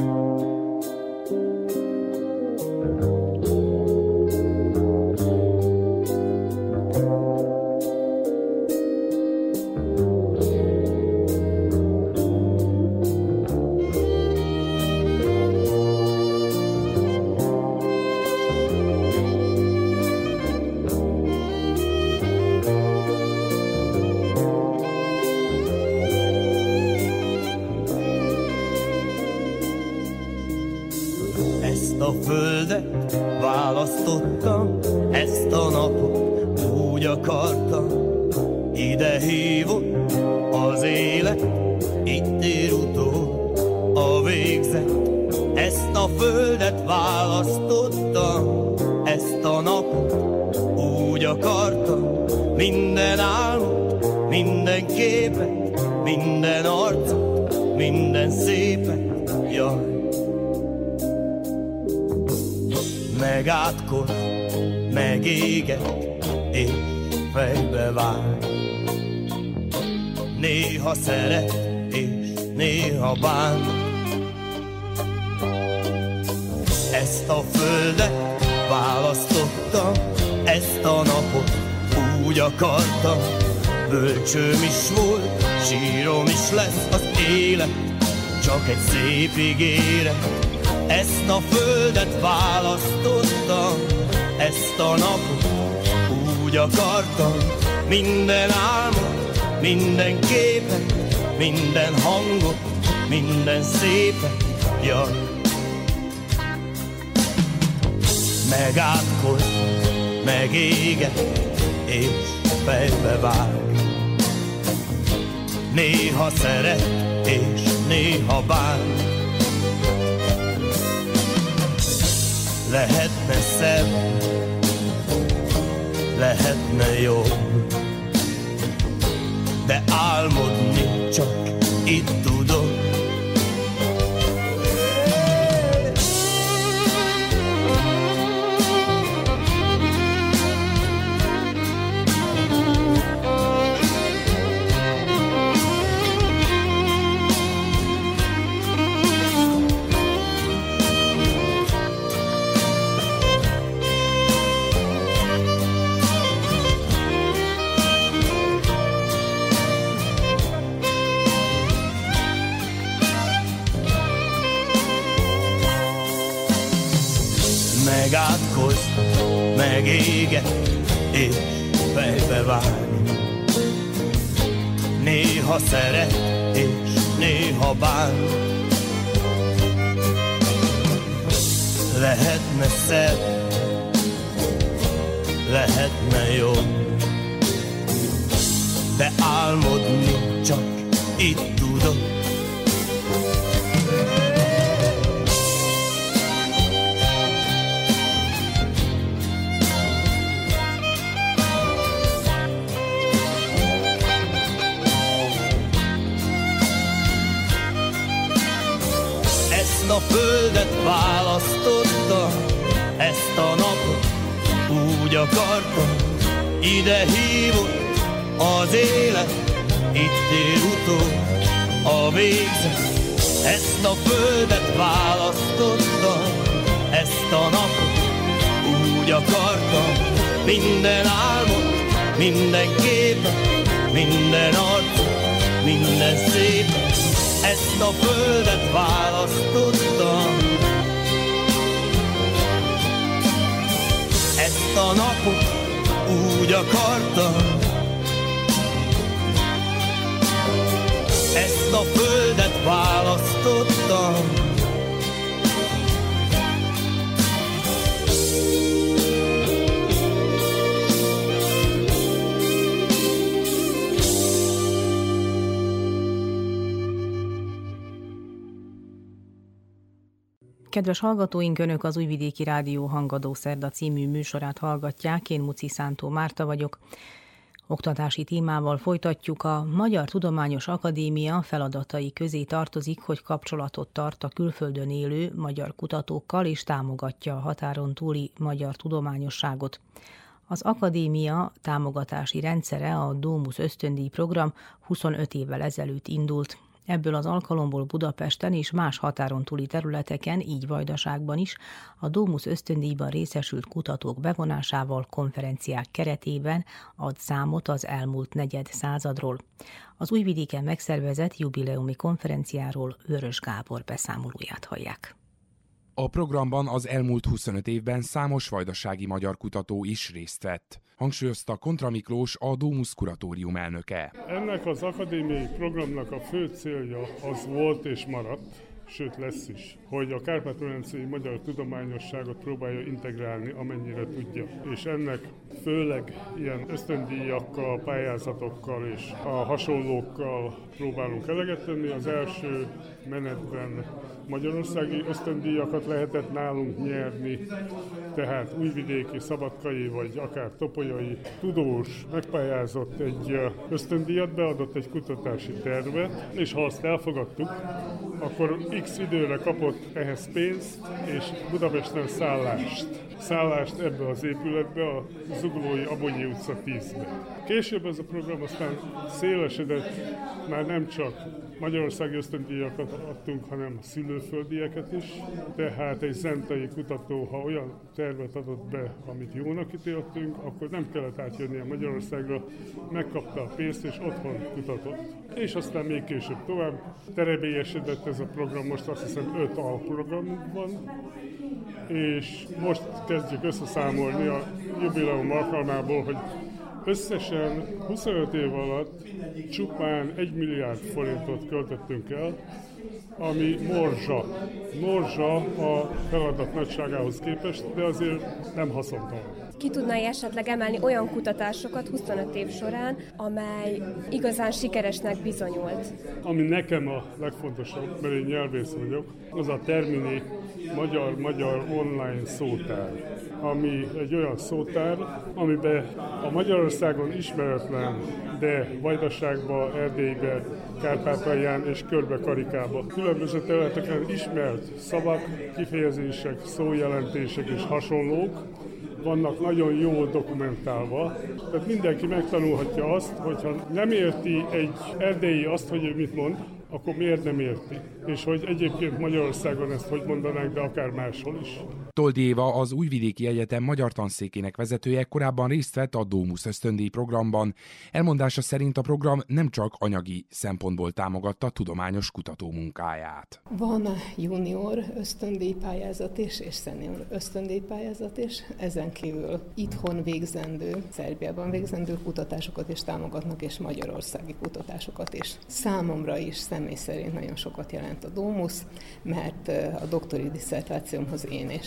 A földet választottam, ezt a napot úgy akartam, ide hívott az élet, itt ér utol a végzet. Ezt a földet választottam, ezt a napot úgy akartam, minden álmot, minden képet, minden arcot, minden szépet, jaj. Megátkor, megéget, és fejbe vág. Néha szeret, és néha bán. Ezt a földet választottam, ezt a napot úgy akartam. Bölcsőm is volt, sírom is lesz az élet, csak egy szép ígéret. Ezt a földet választottam, ezt a napot úgy akartam, minden álmot, minden képet, minden hangot, minden szépet, jaj. Megátkor, megéget, és fejbe vág. Néha szeret, és néha bán. Lehetne szebb, lehetne jobb, de álmodni csak itt tudok. Megátkoz, megéget, és fejbe vág. Néha szeret, és néha bán. Lehetne szebb, lehetne jobb, de álmodni csak itt tudok. Ezt a a földet választottam, ezt a napot úgy akartam, ide hívott az élet, itt ér utol a végzet. Ezt a földet választottam, ezt a napot úgy akartam, minden álmot, minden képet, minden arcot, minden szépet. Ezt a földet választottam, ezt a napot úgy akartam, ezt a földet választottam. Kedves hallgatóink, Önök az Újvidéki Rádió Hangadó Szerda című műsorát hallgatják, én Muci Szántó Márta vagyok. Oktatási témával folytatjuk. A Magyar Tudományos Akadémia feladatai közé tartozik, hogy kapcsolatot tart a külföldön élő magyar kutatókkal és támogatja a határon túli magyar tudományosságot. Az akadémia támogatási rendszere, a Domus ösztöndíj program huszonöt évvel ezelőtt indult. Ebből az alkalomból Budapesten és más határon túli területeken, így Vajdaságban is, a Domus ösztöndíjban részesült kutatók bevonásával konferenciák keretében ad számot az elmúlt negyed századról. Az Újvidéken megszervezett jubileumi konferenciáról Vörös Gábor beszámolóját hallják. A programban az elmúlt huszonöt évben számos vajdasági magyar kutató is részt vett, hangsúlyozta Kontra Miklós, a Domus kuratórium elnöke. Ennek az akadémiai programnak a fő célja az volt és maradt, sőt lesz is, hogy a kárpát-medencei magyar tudományosságot próbálja integrálni, amennyire tudja. És ennek főleg ilyen ösztöndíjakkal, pályázatokkal és a hasonlókkal próbálunk eleget tenni. Az első menetben magyarországi ösztöndíjakat lehetett nálunk nyerni, tehát újvidéki, szabadkai vagy akár topolyai tudós megpályázott egy ösztöndíjat, beadott egy kutatási tervet, és ha azt elfogadtuk, akkor x időre kapott ehhez pénzt, és Budapesten szállást. Szállást ebbe az épületbe, a Zuglói Abonyi utca tízbe. Később ez a program aztán szélesedett, már nem csak magyarországi ösztöndíjakat adtunk, hanem szülőföldieket is. Tehát egy zentai kutató, ha olyan tervet adott be, amit jónak ítéltünk, akkor nem kellett átjönni a Magyarországra, megkapta a pénzt és otthon kutatott. És aztán még később tovább terebélyesedett ez a program, most azt hiszem öt alprogramunk van, és most kezdjük összeszámolni a jubileum alkalmából, hogy összesen huszonöt év alatt csupán egy milliárd forintot költöttünk el, ami morzsa. Morzsa a feladat nagyságához képest, de azért nem haszontalan. Ki tudnál esetleg emelni olyan kutatásokat huszonöt év során, amely igazán sikeresnek bizonyult? Ami nekem a legfontosabb, mert én nyelvész vagyok, az a Termini magyar-magyar online szótár, ami egy olyan szótár, amiben a Magyarországon ismeretlen, de Vajdaságban, Erdélyben, Kárpátalján és körbe Karikába különböző területeken ismert szavak, kifejezések, szójelentések és hasonlók vannak nagyon jól dokumentálva. Tehát mindenki megtanulhatja azt, hogyha nem érti egy erdélyi azt, hogy ő mit mond, akkor miért nem érti? És hogy egyébként Magyarországon ezt hogy mondanánk, de akár máshol is. Toldi Éva, az Újvidéki Egyetem magyar tanszékének vezetője, korábban részt vett a Domus ösztöndíj programban. Elmondása szerint a program nem csak anyagi szempontból támogatta tudományos kutató munkáját. Van junior ösztöndíj pályázat is, és senior ösztöndíj pályázat is. Ezen kívül itthon végzendő, Szerbiában végzendő kutatásokat is támogatnak, és magyarországi kutatásokat is. Számomra is személy szerint nagyon sokat jelent a Domus, mert a doktori disszertációmhoz én is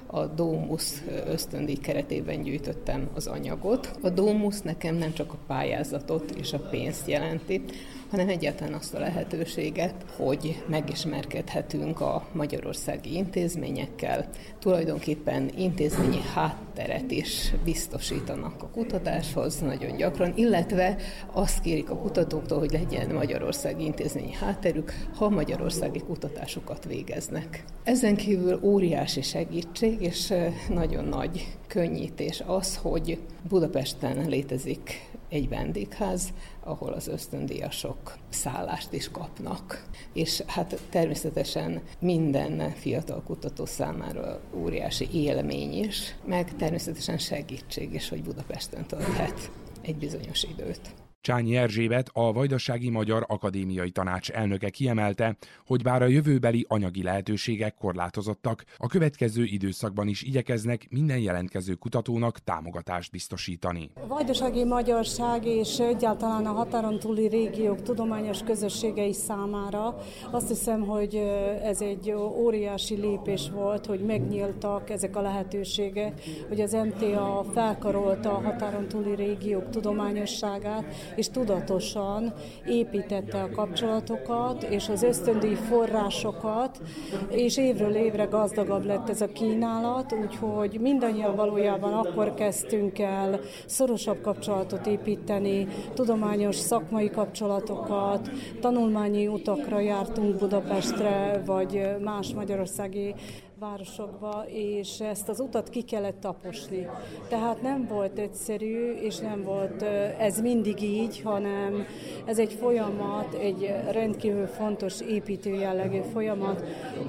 a Domus ösztöndíj keretében gyűjtöttem az anyagot. A Domus nekem nem csak a pályázatot és a pénzt jelenti, hanem egyáltalán azt a lehetőséget, hogy megismerkedhetünk a magyarországi intézményekkel. Tulajdonképpen intézményi hátteret is biztosítanak a kutatáshoz nagyon gyakran, illetve azt kérik a kutatóktól, hogy legyen magyarországi intézményi hátterük, ha magyarországi kutatásokat végeznek. Ezen kívül óriási segítség és nagyon nagy könnyítés az, hogy Budapesten létezik egy vendégház, ahol az ösztöndíjasok szállást is kapnak. És hát természetesen minden fiatal kutató számára óriási élmény is, meg természetesen segítség is, hogy Budapesten tölthet egy bizonyos időt. Csányi Erzsébet, a Vajdasági Magyar Akadémiai Tanács elnöke kiemelte, hogy bár a jövőbeli anyagi lehetőségek korlátozottak, a következő időszakban is igyekeznek minden jelentkező kutatónak támogatást biztosítani. A vajdasági magyarság és egyáltalán a határon túli régiók tudományos közösségei számára azt hiszem, hogy ez egy óriási lépés volt, hogy megnyíltak ezek a lehetőségek, hogy az em té á felkarolta a határon túli régiók tudományosságát, és tudatosan építette a kapcsolatokat és az ösztöndíj forrásokat, és évről évre gazdagabb lett ez a kínálat, úgyhogy mindannyian valójában akkor kezdtünk el szorosabb kapcsolatot építeni, tudományos szakmai kapcsolatokat, tanulmányi utakra jártunk Budapestre, vagy más magyarországi városokba, és ezt az utat ki kellett taposni. Tehát nem volt egyszerű, és nem volt ez mindig így, hanem ez egy folyamat, egy rendkívül fontos építő jellegű folyamat,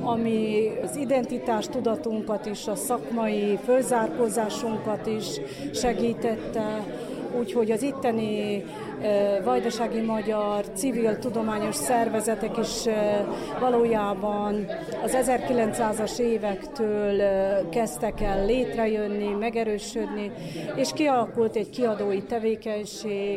ami az identitás tudatunkat is, a szakmai fölzárkózásunkat is segítette, úgyhogy az itteni vajdasági magyar civil tudományos szervezetek is valójában az ezerkilencszázas évektől kezdtek el létrejönni, megerősödni, és kialakult egy kiadói tevékenység,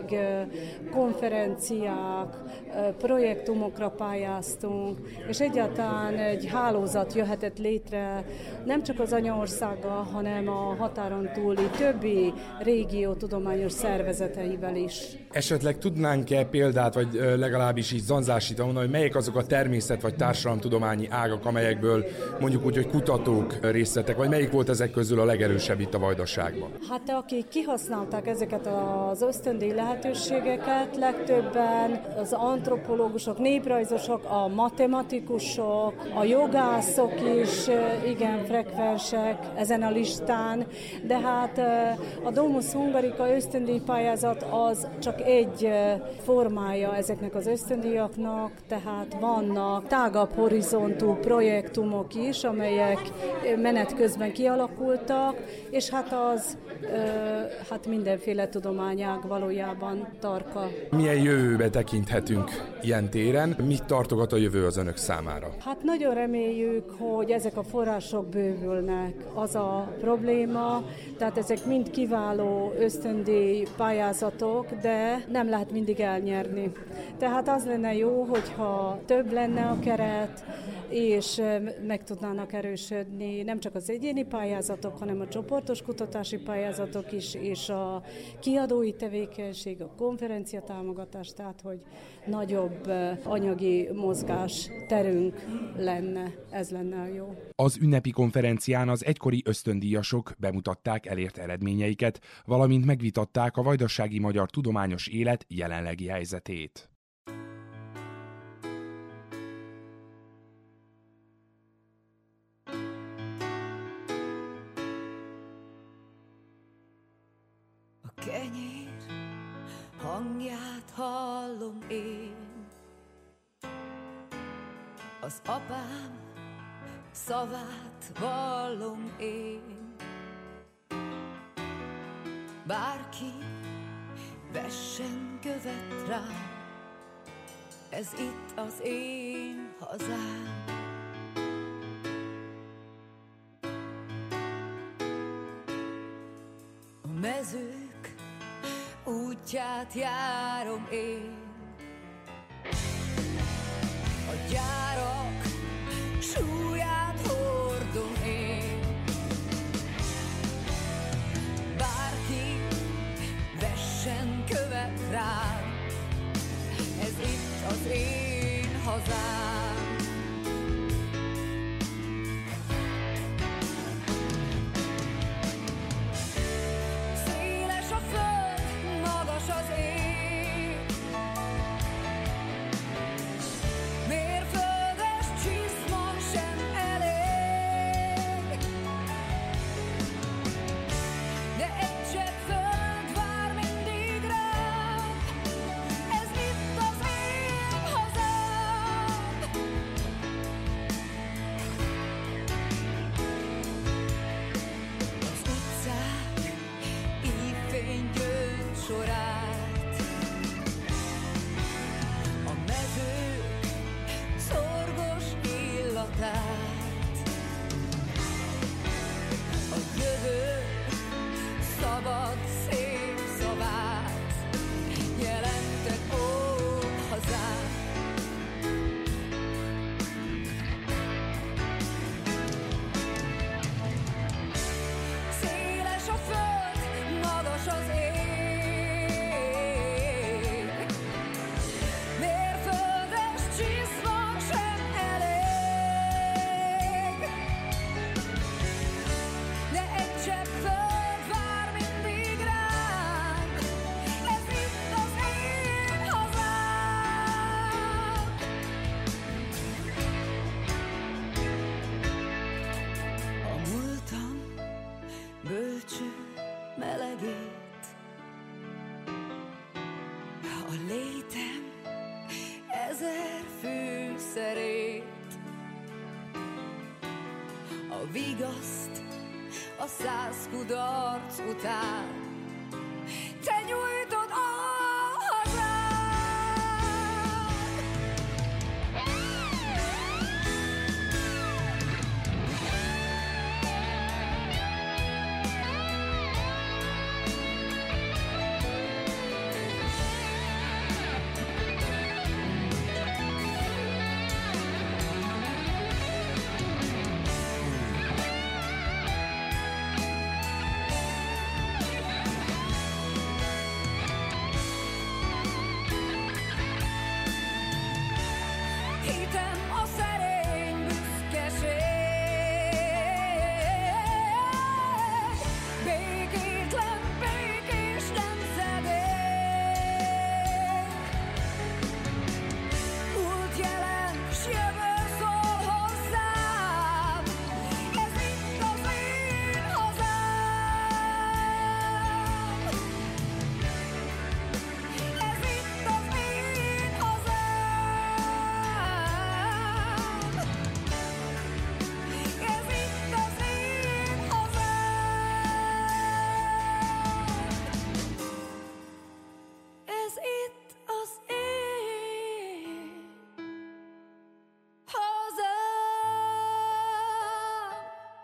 konferenciák, projektumokra pályáztunk, és egyáltalán egy hálózat jöhetett létre nem csak az anyaországgal, hanem a határon túli többi régió tudományos szervezeteivel is. Esetleg tudnánk-e példát, vagy legalábbis így zanzásítva mondani, hogy melyek azok a természet- vagy társadalomtudományi ágak, amelyekből mondjuk úgy, hogy kutatók részt vettek, vagy melyik volt ezek közül a legerősebb itt a Vajdaságban? Hát akik kihasználták ezeket az ösztöndíj lehetőségeket, legtöbben az antropológusok, néprajzosok, a matematikusok, a jogászok is igen frekvensek ezen a listán, de hát a Domus Hungarica ösztöndíj pályázat az csak egy formája ezeknek az ösztöndíjaknak, tehát vannak tágabb horizontú projektumok is, amelyek menet közben kialakultak, és hát az hát mindenféle tudományág valójában tarka. Milyen jövőbe tekinthetünk ilyen téren? Mit tartogat a jövő az önök számára? Hát nagyon reméljük, hogy ezek a források bővülnek. Az a probléma, tehát ezek mind kiváló ösztöndíj pályázatok, de nem lehet mindig elnyerni. Tehát az lenne jó, hogyha több lenne a keret, és meg tudnának erősödni nem csak az egyéni pályázatok, hanem a csoportos kutatási pályázatok is, és a kiadói tevékenység, a konferencia támogatás, tehát hogy nagyobb anyagi mozgás terünk lenne, ez lenne a jó. Az ünnepi konferencián az egykori ösztöndíjasok bemutatták elért eredményeiket, valamint megvitatták a vajdasági magyar tudományos élet jelenlegi helyzetét. A kenyér hangját hallom én, az apám szavát vallom én. Bárki vessen követ rám, ez itt az én hazám. A mezők útját járom én, a gyárak súlyát hordom én. rám. Ez itt az én hazám. Széles a föld, magas az ég, mérföldes csizmam sem elég, de egy csepp föld vár mindig rám. Ez itt az én hazám. Az utcák ívfény gyöngy sorát, a mezők szorgos illatát, a jövő szabad szép szavát jelentek, ó hazám. Széles a föld, magas az ég, mérföldes csizmam sem elég, de egy csepp föld vár mindig rám. Ez itt az én hazám. A múltam bölcső melegét, a létem ezer fűszerét, a vigaszt a száz kudarc után te nyújtod a hazám. Hitem a szerény büszkeség, békétlen, békés nemzedék. Múlt, jelen, s jövő szól hozzám. Ez itt az én hazám. Ez itt az én hazám. Ez itt az én hazám. Ez itt az én hazám.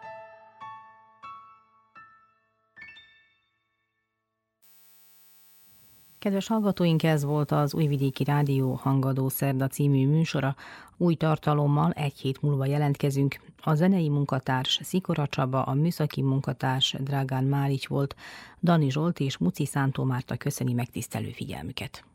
Kedves hallgatóink, ez volt az Újvidéki Rádió Hangadó Szerda című műsora. Új tartalommal egy hét múlva jelentkezünk. A zenei munkatárs Szikora Csaba, a műszaki munkatárs Drágán Márics volt, Dani Zsolt és Muci Szántó Márta köszöni megtisztelő figyelmüket.